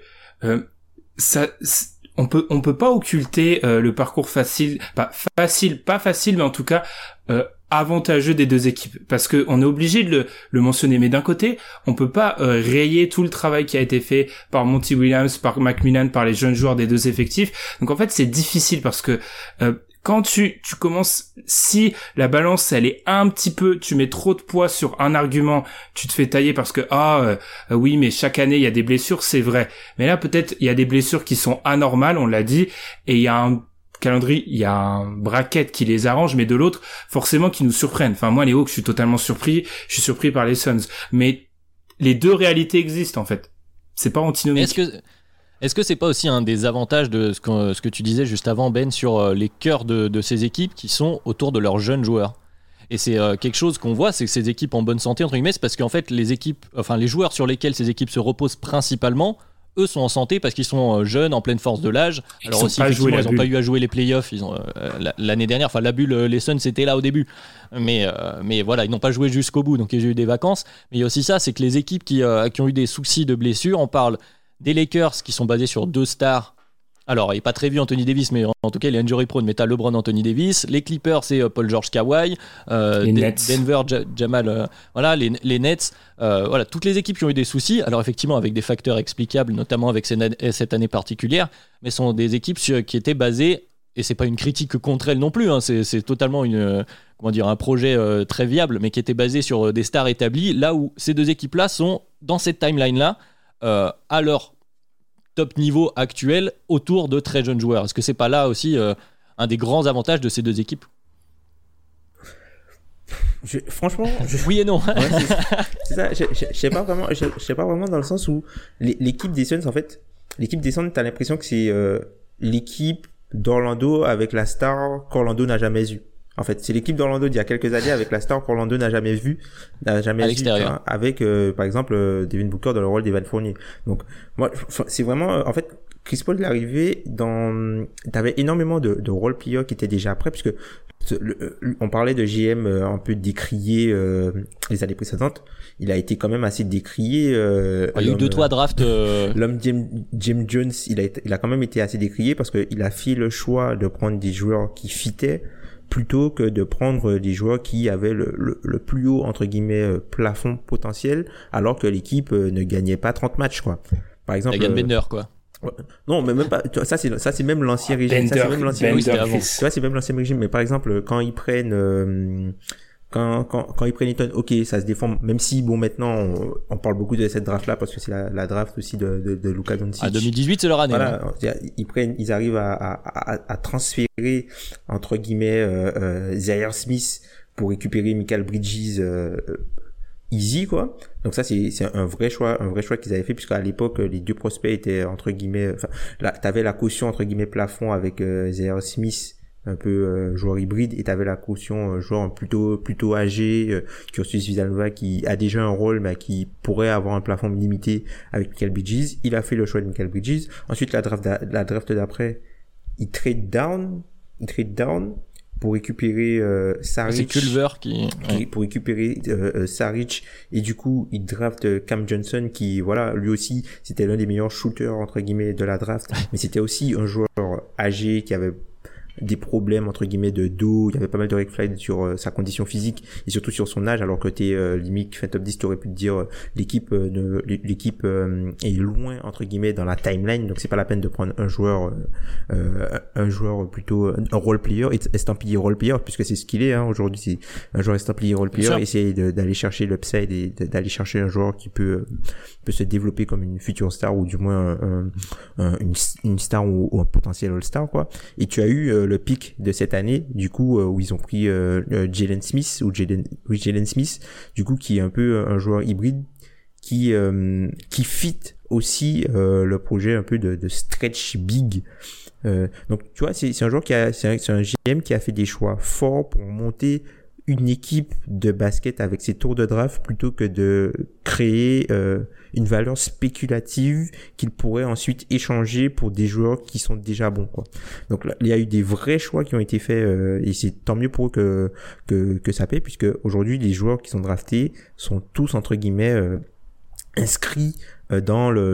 on peut pas occulter le parcours pas facile, mais en tout cas avantageux des deux équipes, parce que on est obligé de le mentionner. Mais d'un côté, on peut pas rayer tout le travail qui a été fait par Monty Williams, par Macmillan, par les jeunes joueurs des deux effectifs. Donc en fait, c'est difficile parce que quand tu commences, si la balance elle est un petit peu, tu mets trop de poids sur un argument, tu te fais tailler parce que oui, mais chaque année il y a des blessures, c'est vrai. Mais là peut-être il y a des blessures qui sont anormales, on l'a dit, et il y a un calendrier, il y a un bracket qui les arrange, mais de l'autre forcément qui nous surprennent. Enfin moi les Hawks, je suis totalement surpris, je suis surpris par les Suns, mais les deux réalités existent en fait. C'est pas antinomique. Est-ce que c'est pas aussi un des avantages de ce que tu disais juste avant, Ben, sur les cœurs de ces équipes qui sont autour de leurs jeunes joueurs? Et c'est quelque chose qu'on voit, c'est que ces équipes en bonne santé, entre guillemets, c'est parce qu'en fait les joueurs sur lesquels ces équipes se reposent principalement, eux sont en santé parce qu'ils sont jeunes, en pleine force de l'âge. Alors aussi, effectivement, ils n'ont pas eu à jouer les playoffs. Ils ont l'année dernière, enfin la bulle, les Suns c'était là au début, mais voilà, ils n'ont pas joué jusqu'au bout, donc ils ont eu des vacances. Mais il y a aussi ça, c'est que les équipes qui ont eu des soucis de blessures, on parle des Lakers qui sont basés sur deux stars. Alors, il n'est pas très vu Anthony Davis, mais en tout cas, il est injury prone. Mais tu as LeBron, Anthony Davis. Les Clippers, c'est Paul George, Kawhi. Denver, Jamal. Voilà, les Nets. Voilà, toutes les équipes qui ont eu des soucis. Alors, effectivement, avec des facteurs explicables, notamment avec cette année particulière. Mais sont des équipes qui étaient basées, et c'est pas une critique contre elles non plus, hein, c'est totalement un projet très viable, mais qui était basé sur des stars établies. Là où ces deux équipes-là sont dans cette timeline-là, à leur top niveau actuel, autour de très jeunes joueurs. Est-ce que c'est pas là aussi un des grands avantages de ces deux équipes? Franchement, oui et non. Ouais, c'est ça. Je sais pas vraiment dans le sens où l'équipe des Suns, en fait, t'as l'impression que c'est l'équipe d'Orlando avec la star qu'Orlando n'a jamais eue. En fait, c'est l'équipe d'Orlando d'il y a quelques années avec la star qu'Orlando n'a jamais vue à l'extérieur, hein, avec par exemple Devin Booker dans le rôle d'Evan Fournier. Donc moi, c'est vraiment en fait Chris Paul est arrivé t'avais énormément de role players qui étaient déjà prêts, puisque on parlait de GM un peu décrié les années précédentes. Il a été quand même assez décrié. Il y a eu 2-3 drafts. L'homme Jim Jones, il a quand même été assez décrié parce que il a fait le choix de prendre des joueurs qui fitaient plutôt que de prendre des joueurs qui avaient le plus haut entre guillemets plafond potentiel, alors que l'équipe ne gagnait pas 30 matchs quoi. Par exemple, Egan Bender quoi. Non, mais même pas. Ça c'est même l'ancien régime. Ça c'est même l'ancien régime. Tu vois, c'est même l'ancien régime. Mais par exemple, quand ils prennent quand ils prennent Eaton, ok, ça se défend. Même si bon, maintenant on parle beaucoup de cette draft là parce que c'est la draft aussi de Luka Doncic. À 2018, c'est leur année. Voilà, ils arrivent à transférer entre guillemets Zaire Smith pour récupérer Mikal Bridges. Easy quoi. Donc ça c'est un vrai choix qu'ils avaient fait, puisque à l'époque les deux prospects étaient entre guillemets, enfin là t'avais la caution entre guillemets plafond avec Zaire Smith, un peu joueur hybride, et t'avais la caution joueur plutôt âgé, Curtis Villanova qui a déjà un rôle mais qui pourrait avoir un plafond limité avec Mikal Bridges. Il a fait le choix de Mikal Bridges. Ensuite la draft d'après, il trade down pour récupérer Saric. C'est Culver pour récupérer Saric, et du coup il draft Cam Johnson qui voilà, lui aussi c'était l'un des meilleurs shooters entre guillemets de la draft, mais c'était aussi un joueur âgé qui avait des problèmes entre guillemets de dos. Il y avait pas mal de red flags sur sa condition physique et surtout sur son âge, alors que t'es limite fin top 10, t'aurais pu te dire l'équipe est loin entre guillemets dans la timeline, donc c'est pas la peine de prendre un joueur plutôt un role player, estampillé role player, puisque c'est ce qu'il est aujourd'hui, c'est un joueur estampillé role player. Essayer d'aller chercher l'upside et d'aller chercher un joueur qui peut se développer comme une future star, ou du moins une star ou un potentiel all-star quoi. Et tu as eu le pic de cette année, du coup, où ils ont pris Jalen Smith, du coup, qui est un peu un joueur hybride qui fit aussi le projet un peu de stretch big. Donc tu vois, c'est un joueur c'est un GM qui a fait des choix forts pour monter une équipe de basket avec ses tours de draft, plutôt que de créer une valeur spéculative qu'il pourrait ensuite échanger pour des joueurs qui sont déjà bons quoi. Donc là, il y a eu des vrais choix qui ont été faits, et c'est tant mieux pour eux que ça paie, puisque aujourd'hui les joueurs qui sont draftés sont tous entre guillemets inscrits dans le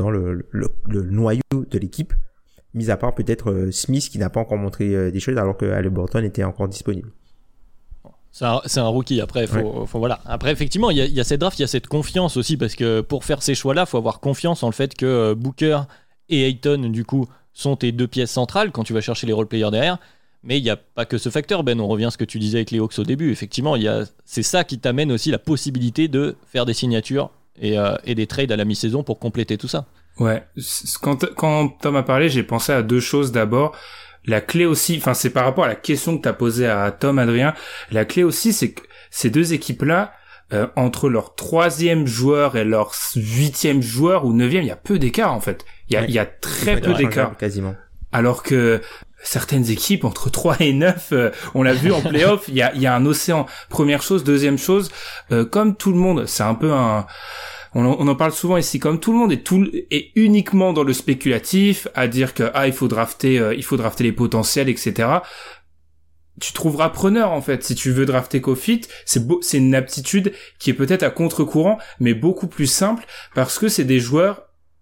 noyau de l'équipe, mis à part peut-être Smith qui n'a pas encore montré des choses, alors que Haliburton était encore disponible. C'est un rookie. Après, faut voilà. Après, effectivement, il y a cette draft, il y a cette confiance aussi, parce que pour faire ces choix-là, faut avoir confiance en le fait que Booker et Ayton, du coup, sont tes deux pièces centrales quand tu vas chercher les role-players derrière. Mais il n'y a pas que ce facteur, Ben. On revient à ce que tu disais avec les Hawks au début. Effectivement, c'est ça qui t'amène aussi la possibilité de faire des signatures et des trades à la mi-saison pour compléter tout ça. Ouais. Quand Tom a parlé, j'ai pensé à deux choses. D'abord, la clé aussi, enfin c'est par rapport à la question que t'as posée à Tom, Adrien, la clé aussi c'est que ces deux équipes-là, entre leur 3e joueur et leur 8e joueur ou 9e, il y a peu d'écart en fait. Il y a très peu d'écart. Quasiment. Alors que certaines équipes, entre 3 et 9, on l'a vu en play-off, il y a un océan. Première chose. Deuxième chose, comme tout le monde, c'est un peu on en parle souvent ici, comme tout le monde est uniquement dans le spéculatif, à dire que il faut drafter les potentiels, etc. Tu trouveras preneur en fait. Si tu veux drafter Kofit, c'est une aptitude qui est peut-être à contre-courant, mais beaucoup plus simple, parce que c'est des joueurs.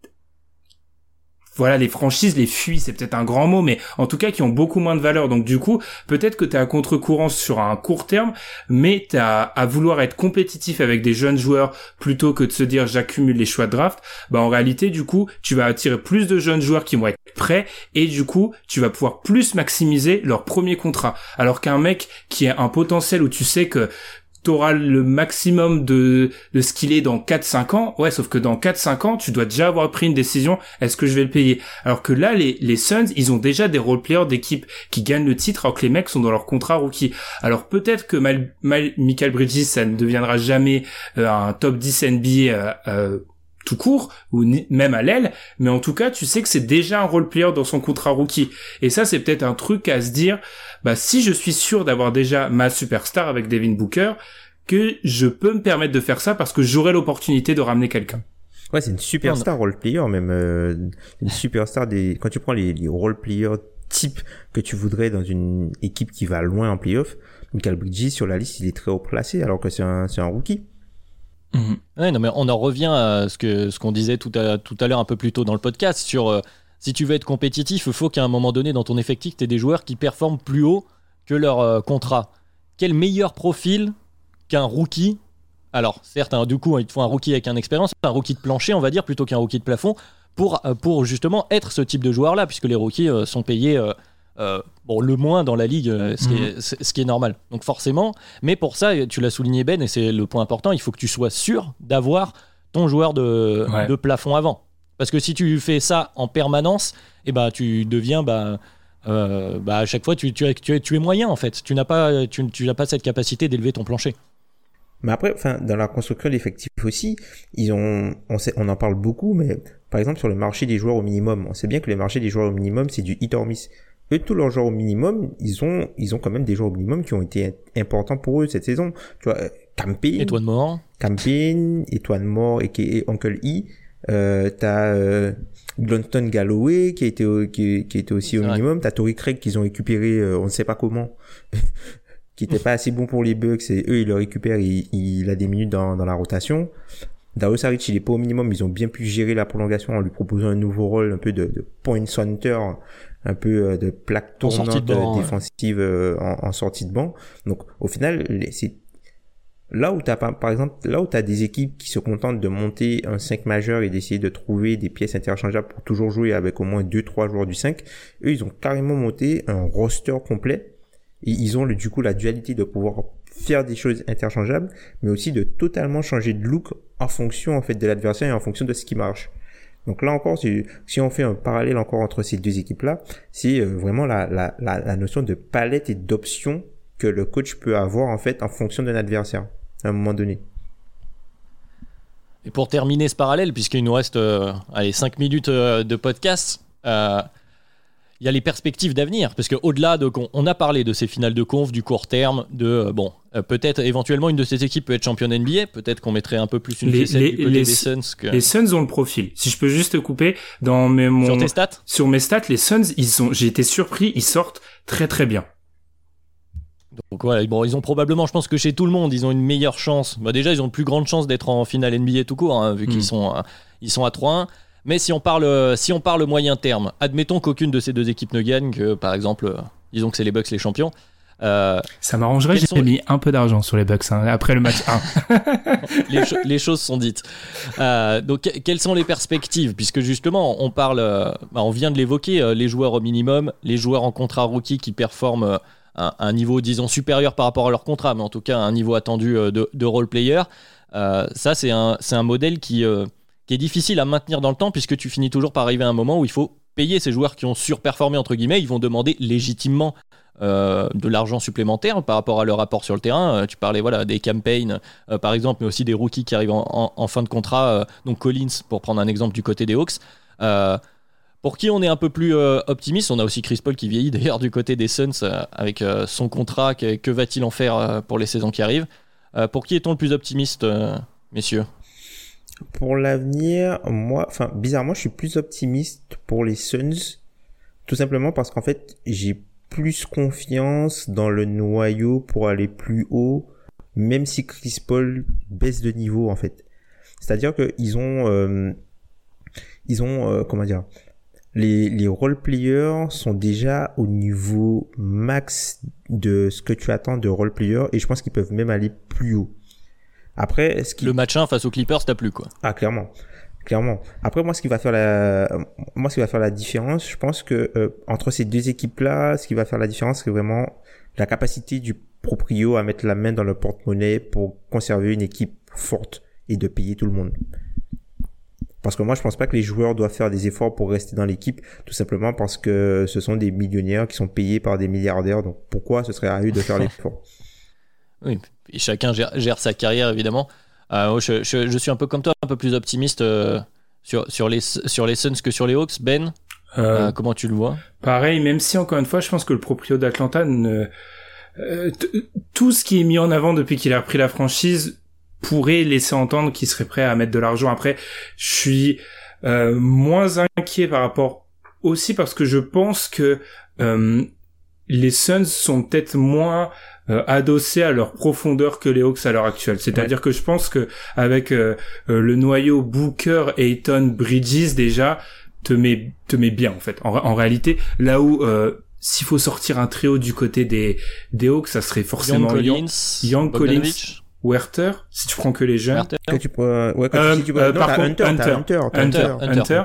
Voilà, les franchises les fuient, c'est peut-être un grand mot, mais en tout cas qui ont beaucoup moins de valeur. Donc du coup, peut-être que t'es à contre-courant sur un court terme, mais t'as à vouloir être compétitif avec des jeunes joueurs plutôt que de se dire j'accumule les choix de draft. Bah en réalité, du coup, tu vas attirer plus de jeunes joueurs qui vont être prêts, et du coup, tu vas pouvoir plus maximiser leur premier contrat. Alors qu'un mec qui a un potentiel où tu sais que t'auras le maximum de ce qu'il est dans 4-5 ans. Ouais, sauf que dans 4-5 ans, tu dois déjà avoir pris une décision. Est-ce que je vais le payer? Alors que là, les Suns, ils ont déjà des role-players d'équipe qui gagnent le titre, alors que les mecs sont dans leur contrat rookie. Alors peut-être que Mikal Bridges, ça ne deviendra jamais un top 10 NBA tout court, ou même à l'aile, mais en tout cas, tu sais que c'est déjà un role-player dans son contrat rookie. Et ça, c'est peut-être un truc à se dire, bah, si je suis sûr d'avoir déjà ma superstar avec Devin Booker, que je peux me permettre de faire ça parce que j'aurai l'opportunité de ramener quelqu'un. Ouais, c'est une superstar role-player, même, une superstar quand tu prends les role-players type que tu voudrais dans une équipe qui va loin en playoff, Mikal Bridges, sur la liste, il est très haut placé, alors que c'est un rookie. Ouais, non, mais on en revient à ce qu'on disait tout à l'heure un peu plus tôt dans le podcast sur si tu veux être compétitif, il faut qu'à un moment donné dans ton effectif, tu aies des joueurs qui performent plus haut que leur contrat. Quel meilleur profil qu'un rookie? Alors, certes, du coup, il te faut un rookie avec une expérience, un rookie de plancher, on va dire, plutôt qu'un rookie de plafond, pour justement être ce type de joueur-là, puisque les rookies sont payés le moins dans la ligue, ce qui est normal. Donc forcément, mais pour ça, tu l'as souligné Ben, et c'est le point important, il faut que tu sois sûr d'avoir ton joueur de plafond avant. Parce que si tu fais ça en permanence, tu deviens... à chaque fois, tu es moyen, en fait. Tu n'as pas cette capacité d'élever ton plancher. Mais après, dans la construction d'effectifs aussi, on en parle beaucoup, mais par exemple sur le marché des joueurs au minimum, on sait bien que le marché des joueurs au minimum, c'est du hit or miss. Eux, tous leurs joueurs au minimum, ils ont quand même des joueurs au minimum qui ont été importants pour eux cette saison. Tu vois, Campaign, Étoile Mort et Uncle E. T'as Glonton Galloway qui a été aussi au minimum. T'as Torrey Craig qu'ils ont récupéré, on ne sait pas comment. Qui était pas assez bon pour les Bucks, et eux, ils le récupèrent, il a des minutes dans la rotation. Dario Saric, il est pas au minimum, ils ont bien pu gérer la prolongation en lui proposant un nouveau rôle, un peu de point center, un peu de plaque tournante défensive en sortie de banc. Donc, au final, c'est là où t'as des équipes qui se contentent de monter un 5 majeur et d'essayer de trouver des pièces interchangeables pour toujours jouer avec au moins 2-3 joueurs du 5. Eux, ils ont carrément monté un roster complet. Et ils ont du coup la dualité de pouvoir faire des choses interchangeables, mais aussi de totalement changer de look en fonction en fait de l'adversaire et en fonction de ce qui marche. Donc là encore, si on fait un parallèle encore entre ces deux équipes-là, c'est vraiment la notion de palette et d'options que le coach peut avoir en fait en fonction d'un adversaire à un moment donné. Et pour terminer ce parallèle, puisqu'il nous reste 5 minutes de podcast, il y a les perspectives d'avenir, parce qu'au-delà on a parlé de ces finales de conf, du court terme, peut-être éventuellement une de ces équipes peut être championne NBA, peut-être qu'on mettrait un peu plus une ficelle du côté des Suns. Les Suns ont le profil. Si je peux juste te couper, sur tes stats ? Sur mes stats, les Suns, j'ai été surpris, ils sortent très très bien. Donc voilà, ils ont probablement, je pense que chez tout le monde, ils ont une meilleure chance. Déjà, ils ont une plus grande chance d'être en finale NBA tout court, vu qu'ils sont à 3-1. Mais si on parle moyen terme, admettons qu'aucune de ces deux équipes ne gagne, que par exemple, disons que c'est les Bucks les champions. Ça m'arrangerait, j'ai mis un peu d'argent sur les Bucks après le match 1. les choses sont dites. Donc, quelles sont les perspectives ? Puisque justement, on vient de l'évoquer, les joueurs au minimum, les joueurs en contrat rookie qui performent un niveau, disons, supérieur par rapport à leur contrat, mais en tout cas un niveau attendu de role player. Ça, c'est un modèle qui est difficile à maintenir dans le temps, puisque tu finis toujours par arriver à un moment où il faut payer ces joueurs qui ont surperformé, entre guillemets. Ils vont demander légitimement de l'argent supplémentaire par rapport à leur apport sur le terrain. Tu parlais des campaigns, par exemple, mais aussi des rookies qui arrivent en fin de contrat, donc Collins, pour prendre un exemple du côté des Hawks. Pour qui on est un peu plus optimiste, on a aussi Chris Paul qui vieillit d'ailleurs du côté des Suns avec son contrat. Que va-t-il en faire pour les saisons qui arrivent ? Pour qui est-on le plus optimiste, messieurs ? Pour l'avenir, bizarrement, je suis plus optimiste pour les Suns, tout simplement parce qu'en fait, j'ai plus confiance dans le noyau pour aller plus haut, même si Chris Paul baisse de niveau, en fait. C'est-à-dire que ils ont les role players sont déjà au niveau max de ce que tu attends de role players, et je pense qu'ils peuvent même aller plus haut. Après, le match 1 face aux Clippers t'a plu, quoi. Ah, clairement. Après, moi, ce qui va faire la différence, je pense que entre ces deux équipes-là, ce qui va faire la différence, c'est vraiment la capacité du proprio à mettre la main dans le porte-monnaie pour conserver une équipe forte et de payer tout le monde. Parce que moi, je pense pas que les joueurs doivent faire des efforts pour rester dans l'équipe, tout simplement parce que ce sont des millionnaires qui sont payés par des milliardaires. Donc, pourquoi ce serait à eux de faire l'effort ? Oui, et chacun gère sa carrière, évidemment. Je suis un peu comme toi, un peu plus optimiste sur les Suns que sur les Hawks. Ben, comment tu le vois ? Pareil, même si, encore une fois, je pense que le proprio d'Atlanta, tout ce qui est mis en avant depuis qu'il a repris la franchise, pourrait laisser entendre qu'ils seraient prêts à mettre de l'argent. Après, je suis moins inquiet par rapport aussi parce que je pense que les Suns sont peut-être moins adossés à leur profondeur que les Hawks à l'heure actuelle. C'est-à-dire que je pense que avec le noyau Booker, Ayton, Bridges déjà te met bien en fait. En réalité, là où s'il faut sortir un trio du côté des Hawks, ça serait forcément Young Collins, Werther, si tu prends que les jeunes. Que tu peux, par contre, Hunter.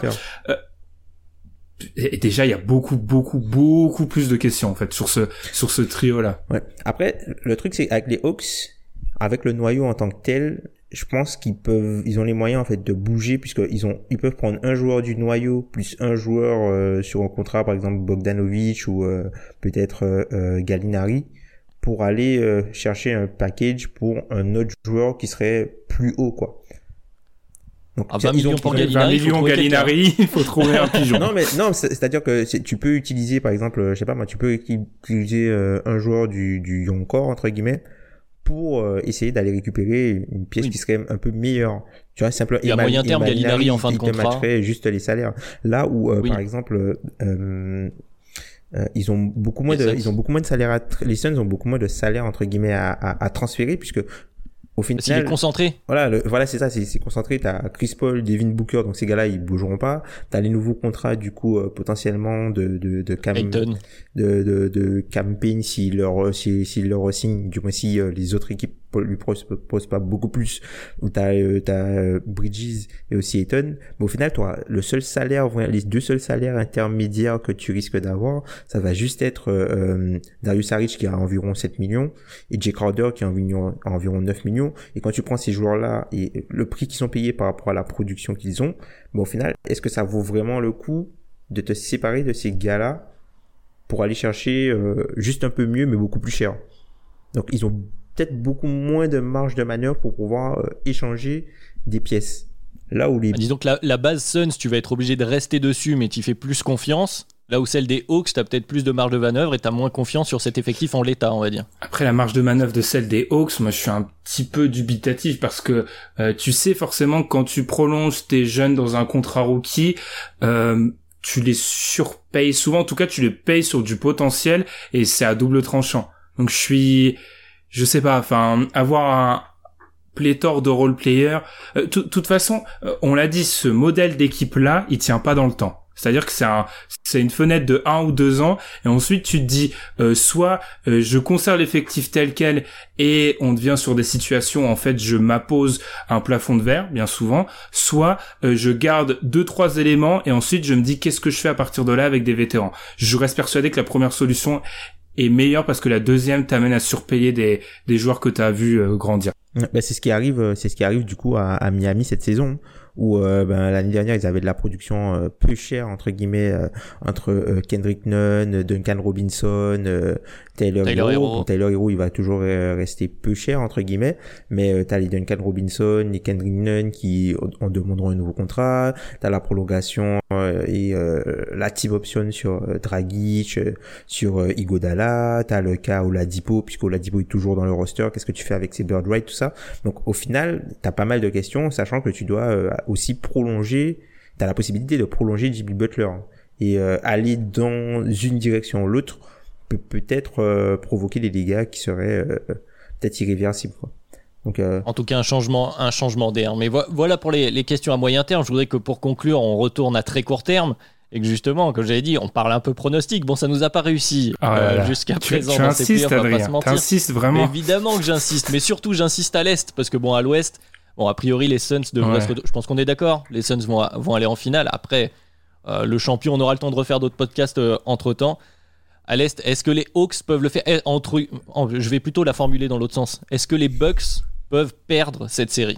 Et déjà, il y a beaucoup plus de questions, en fait, sur ce trio-là. Ouais. Après, le truc, c'est avec les Hawks, avec le noyau en tant que tel, je pense ils ont les moyens, en fait, de bouger, ils peuvent prendre un joueur du noyau, plus un joueur, sur un contrat, par exemple, Bogdanovic, ou, peut-être, Gallinari, pour aller, chercher un package pour un autre joueur qui serait plus haut, quoi. Donc, 20 millions pour Gallinari, 20 millions Gallinari, il faut trouver un pigeon. Non, c'est-à-dire que tu peux utiliser, par exemple, je sais pas moi, tu peux utiliser un joueur du Young Core, entre guillemets, pour essayer d'aller récupérer une pièce qui serait un peu meilleure. Tu vois, simplement. Et à moyen terme, Gallinari en fin de contrat. Il te matcherait juste les salaires. Là où, par exemple, ils ont beaucoup moins de salaires les Suns ont beaucoup moins de salaires, entre guillemets, à transférer, puisque au final, il est concentré. Voilà, c'est ça, c'est concentré. T'as Chris Paul, Devin Booker, donc ces gars-là, ils bougeront pas. T'as les nouveaux contrats, du coup, potentiellement de Cam, de Cam Payne s'il leur signe, du moins si les autres équipes lui proposent pas beaucoup plus. Ou t'as Bridges et aussi Ayton. Mais au final, toi, les deux seuls salaires intermédiaires que tu risques d'avoir, ça va juste être Darius Saric qui a environ 7 millions et Jay Crowder qui a environ 9 millions. Et quand tu prends ces joueurs-là et le prix qu'ils sont payés par rapport à la production qu'ils ont, au final, est-ce que ça vaut vraiment le coup de te séparer de ces gars-là pour aller chercher juste un peu mieux mais beaucoup plus cher? Donc ils ont peut-être beaucoup moins de marge de manœuvre pour pouvoir échanger des pièces. Là où disons que la base Suns, tu vas être obligé de rester dessus, mais tu fais plus confiance. Là où celle des Hawks, t'as peut-être plus de marge de manœuvre et t'as moins confiance sur cet effectif en l'état, on va dire. Après, la marge de manœuvre de celle des Hawks, moi je suis un petit peu dubitatif parce que tu sais forcément que quand tu prolonges tes jeunes dans un contrat rookie, tu les surpayes souvent. En tout cas, tu les payes sur du potentiel et c'est à double tranchant. Donc je sais pas, enfin, avoir un pléthore de role-players. Toute façon, on l'a dit, ce modèle d'équipe-là, il tient pas dans le temps. C'est-à-dire que c'est une fenêtre de 1 ou 2 ans, et ensuite tu te dis, soit je conserve l'effectif tel quel, et on devient sur des situations, en fait, je m'appose un plafond de verre, bien souvent, soit je garde 2-3 éléments, et ensuite je me dis, qu'est-ce que je fais à partir de là avec des vétérans? Je reste persuadé que la première solution est meilleure parce que la deuxième t'amène à surpayer des joueurs que t'as vu grandir. Ben, c'est ce qui arrive du coup à Miami cette saison, où l'année dernière ils avaient de la production peu chère entre guillemets entre Kendrick Nunn, Duncan Robinson, Tyler Hero. Bon, Tyler Hero il va toujours rester peu cher entre guillemets, mais t'as les Duncan Robinson, les Kendrick Nunn qui en demanderont un nouveau contrat, t'as la prolongation et la team option sur Dragic, sur Iguodala, t'as le cas Oladipo, puisque Oladipo est toujours dans le roster, qu'est-ce que tu fais avec ces bird rights, tout ça. Donc au final t'as pas mal de questions, sachant que tu dois aussi prolonger, t'as la possibilité de prolonger Jimmy Butler, et aller dans une direction ou l'autre peut peut-être provoquer des dégâts qui seraient peut-être irréversibles, quoi. Donc, en tout cas un changement d'air. Mais voilà pour les questions à moyen terme. Je voudrais que pour conclure on retourne à très court terme et que justement, comme j'avais dit, on parle un peu pronostic. Bon, ça nous a pas réussi jusqu'à présent. Tu insistes, Adrien, t'insistes vraiment. Mais évidemment que j'insiste, mais surtout j'insiste à l'Est, parce que bon, à l'Ouest, bon, a priori les Suns devraient je pense qu'on est d'accord, les Suns vont aller en finale. Après, le champion, on aura le temps de refaire d'autres podcasts entre-temps. À l'Est, est-ce que les Hawks peuvent le faire? Je vais plutôt la formuler dans l'autre sens. Est-ce que les Bucks peuvent perdre cette série?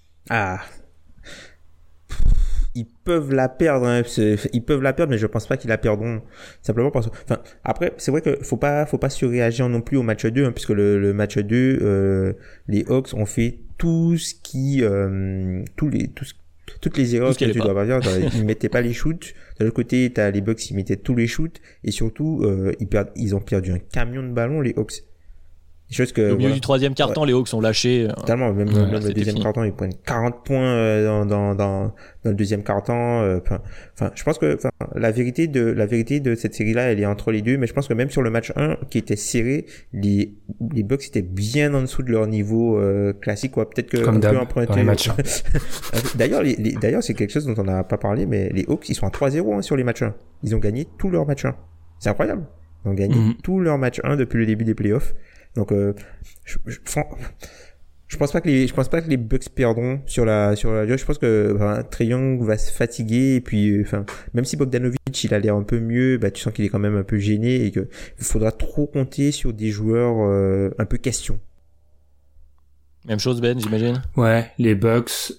Ils peuvent la perdre, hein. Ils peuvent la perdre, mais je pense pas qu'ils la perdront. Simplement parce que, enfin, après, c'est vrai que faut pas surréagir non plus au match 2, hein, puisque le match 2, les Hawks ont fait tout ce qui, toutes les erreurs que tu dois pas faire. Ils mettaient pas les shoots. De l'autre côté, t'as les Bucks, ils mettaient tous les shoots. Et surtout, ils ont perdu un camion de ballons, les Hawks. Chose que, au milieu du troisième quart-temps, les Hawks ont lâché. Totalement, même le deuxième quart-temps, ils prennent 40 points dans le deuxième quart-temps. Enfin, je pense que la vérité de cette série-là, elle est entre les deux, mais je pense que même sur le match 1 qui était serré, les Bucks étaient bien en dessous de leur niveau classique, quoi. Peut-être que comme on peut dans emprunter les matchs 1. D'ailleurs, c'est quelque chose dont on n'a pas parlé, mais les Hawks, ils sont à 3-0 sur les matchs 1. Ils ont gagné tous leurs matchs 1. C'est incroyable. Ils ont gagné tous leurs matchs 1 depuis le début des playoffs. Donc je pense pas que les Bucks perdront sur la durée. Je pense que Trae Young va se fatiguer et puis même si Bogdanovic il a l'air un peu mieux, tu sens qu'il est quand même un peu gêné et que il faudra trop compter sur des joueurs un peu question. Même chose Ben, j'imagine. Ouais, les Bucks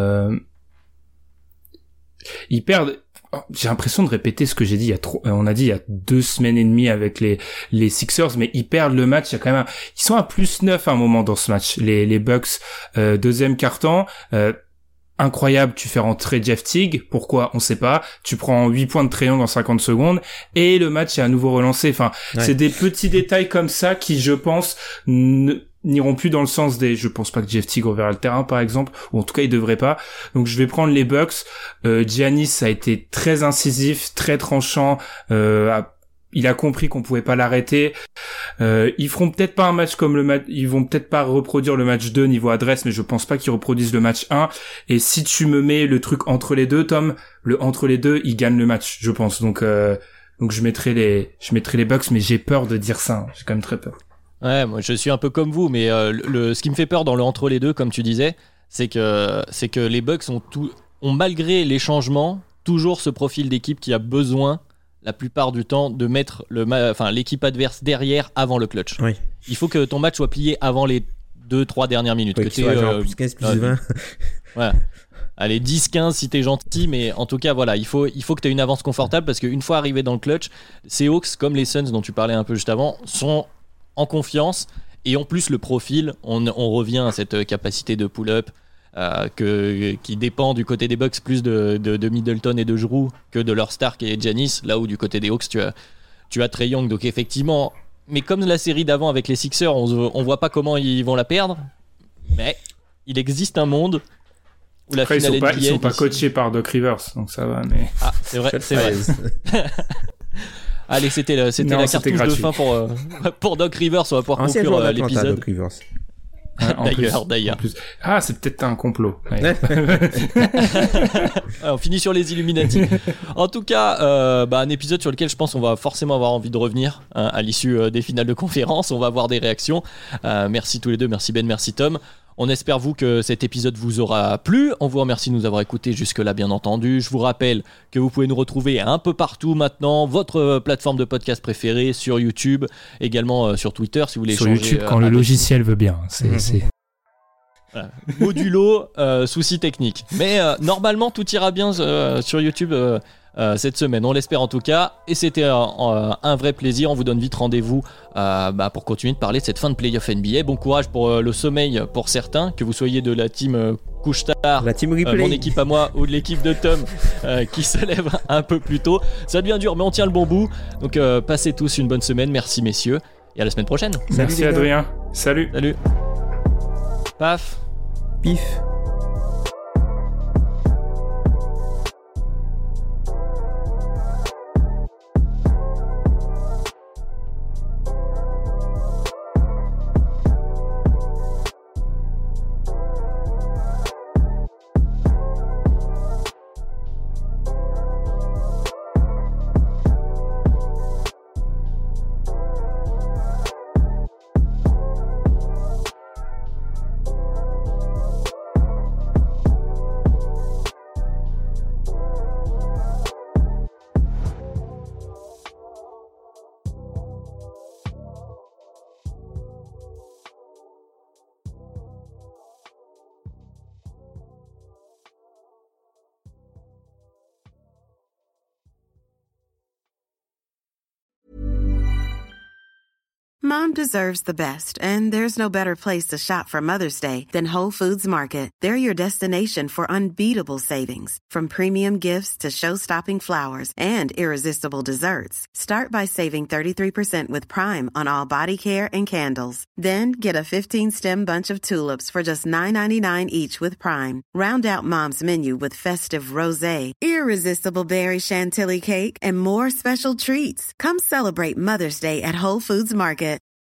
ils perdent. J'ai l'impression de répéter ce que j'ai dit on a dit il y a 2 semaines et demie avec les Sixers, mais ils perdent le match. Il y a quand même ils sont à +9 à un moment dans ce match. Les Bucks, deuxième quart-temps, incroyable, tu fais rentrer Jeff Teague. Pourquoi? On sait pas. Tu prends 8 points de Trae Young en 50 secondes et le match est à nouveau relancé. Enfin, c'est des petits détails comme ça qui, je pense, n'iront plus dans le sens je pense pas que Jeff Teague reverra le terrain, par exemple, ou en tout cas, il devrait pas. Donc, je vais prendre les Bucks. Giannis a été très incisif, très tranchant, il a compris qu'on pouvait pas l'arrêter. Ils feront peut-être pas un match comme le match, ils vont peut-être pas reproduire le match 2 niveau adresse, mais je pense pas qu'ils reproduisent le match 1. Et si tu me mets le truc entre les deux, Tom, entre les deux, ils gagnent le match, je pense. Donc je mettrai les Bucks, mais j'ai peur de dire ça. J'ai quand même très peur. Ouais, moi je suis un peu comme vous, mais ce qui me fait peur dans le entre les deux, comme tu disais, c'est que les Bucks ont malgré les changements toujours ce profil d'équipe qui a besoin la plupart du temps de mettre l'équipe adverse derrière avant le clutch. Oui. Il faut que ton match soit plié avant les 2-3 dernières minutes. Oui, que tu sois genre plus 15, plus 20. Ouais. Allez, 10-15 si t'es gentil, mais en tout cas, voilà, il faut que t'aies une avance confortable parce qu'une fois arrivé dans le clutch, ces Hawks, comme les Suns dont tu parlais un peu juste avant, sont en confiance et en plus le profil, on revient à cette capacité de pull-up qui dépend du côté des Bucks plus de Middleton et de Jrue que de leur star qui est Giannis, là où du côté des Hawks tu as Trae Young, donc effectivement, mais comme la série d'avant avec les Sixers, on voit pas comment ils vont la perdre, mais il existe un monde où la après, finale NBA ils sont pas coachés par Doc Rivers, donc ça va, mais c'est vrai. Allez, c'était la cartouche de fin pour Doc Rivers. On va pouvoir conclure l'épisode. Doc Rivers. D'ailleurs. Ah, c'est peut-être un complot. Ouais. On finit sur les Illuminati. En tout cas, un épisode sur lequel je pense on va forcément avoir envie de revenir à l'issue des finales de conférence. On va avoir des réactions. Merci tous les deux, merci Ben, merci Tom. On espère que cet épisode vous aura plu. On vous remercie de nous avoir écoutés jusque-là, bien entendu. Je vous rappelle que vous pouvez nous retrouver un peu partout maintenant. Votre plateforme de podcast préférée, sur YouTube, également sur Twitter, si vous voulez sur échanger. Sur YouTube, quand le logiciel veut bien. C'est... Voilà. Modulo, souci technique. Mais normalement, tout ira bien sur YouTube cette semaine. On l'espère en tout cas. Et c'était un vrai plaisir. On vous donne vite rendez-vous pour continuer de parler de cette fin de playoff NBA. Bon courage pour le sommeil pour certains, que vous soyez de la team couche-tard, la team replay, mon équipe à moi, ou de l'équipe de Tom qui se lève un peu plus tôt. Ça devient dur, mais on tient le bon bout. Donc passez tous une bonne semaine. Merci messieurs. Et à la semaine prochaine. Merci Adrien. Salut. Paf. Pif. Mom deserves the best, and there's no better place to shop for Mother's Day than Whole Foods Market. They're your destination for unbeatable savings, from premium gifts to show-stopping flowers and irresistible desserts. Start by saving 33% with Prime on all body care and candles. Then get a 15-stem bunch of tulips for just $9.99 each with Prime. Round out Mom's menu with festive rosé, irresistible berry chantilly cake, and more special treats. Come celebrate Mother's Day at Whole Foods Market.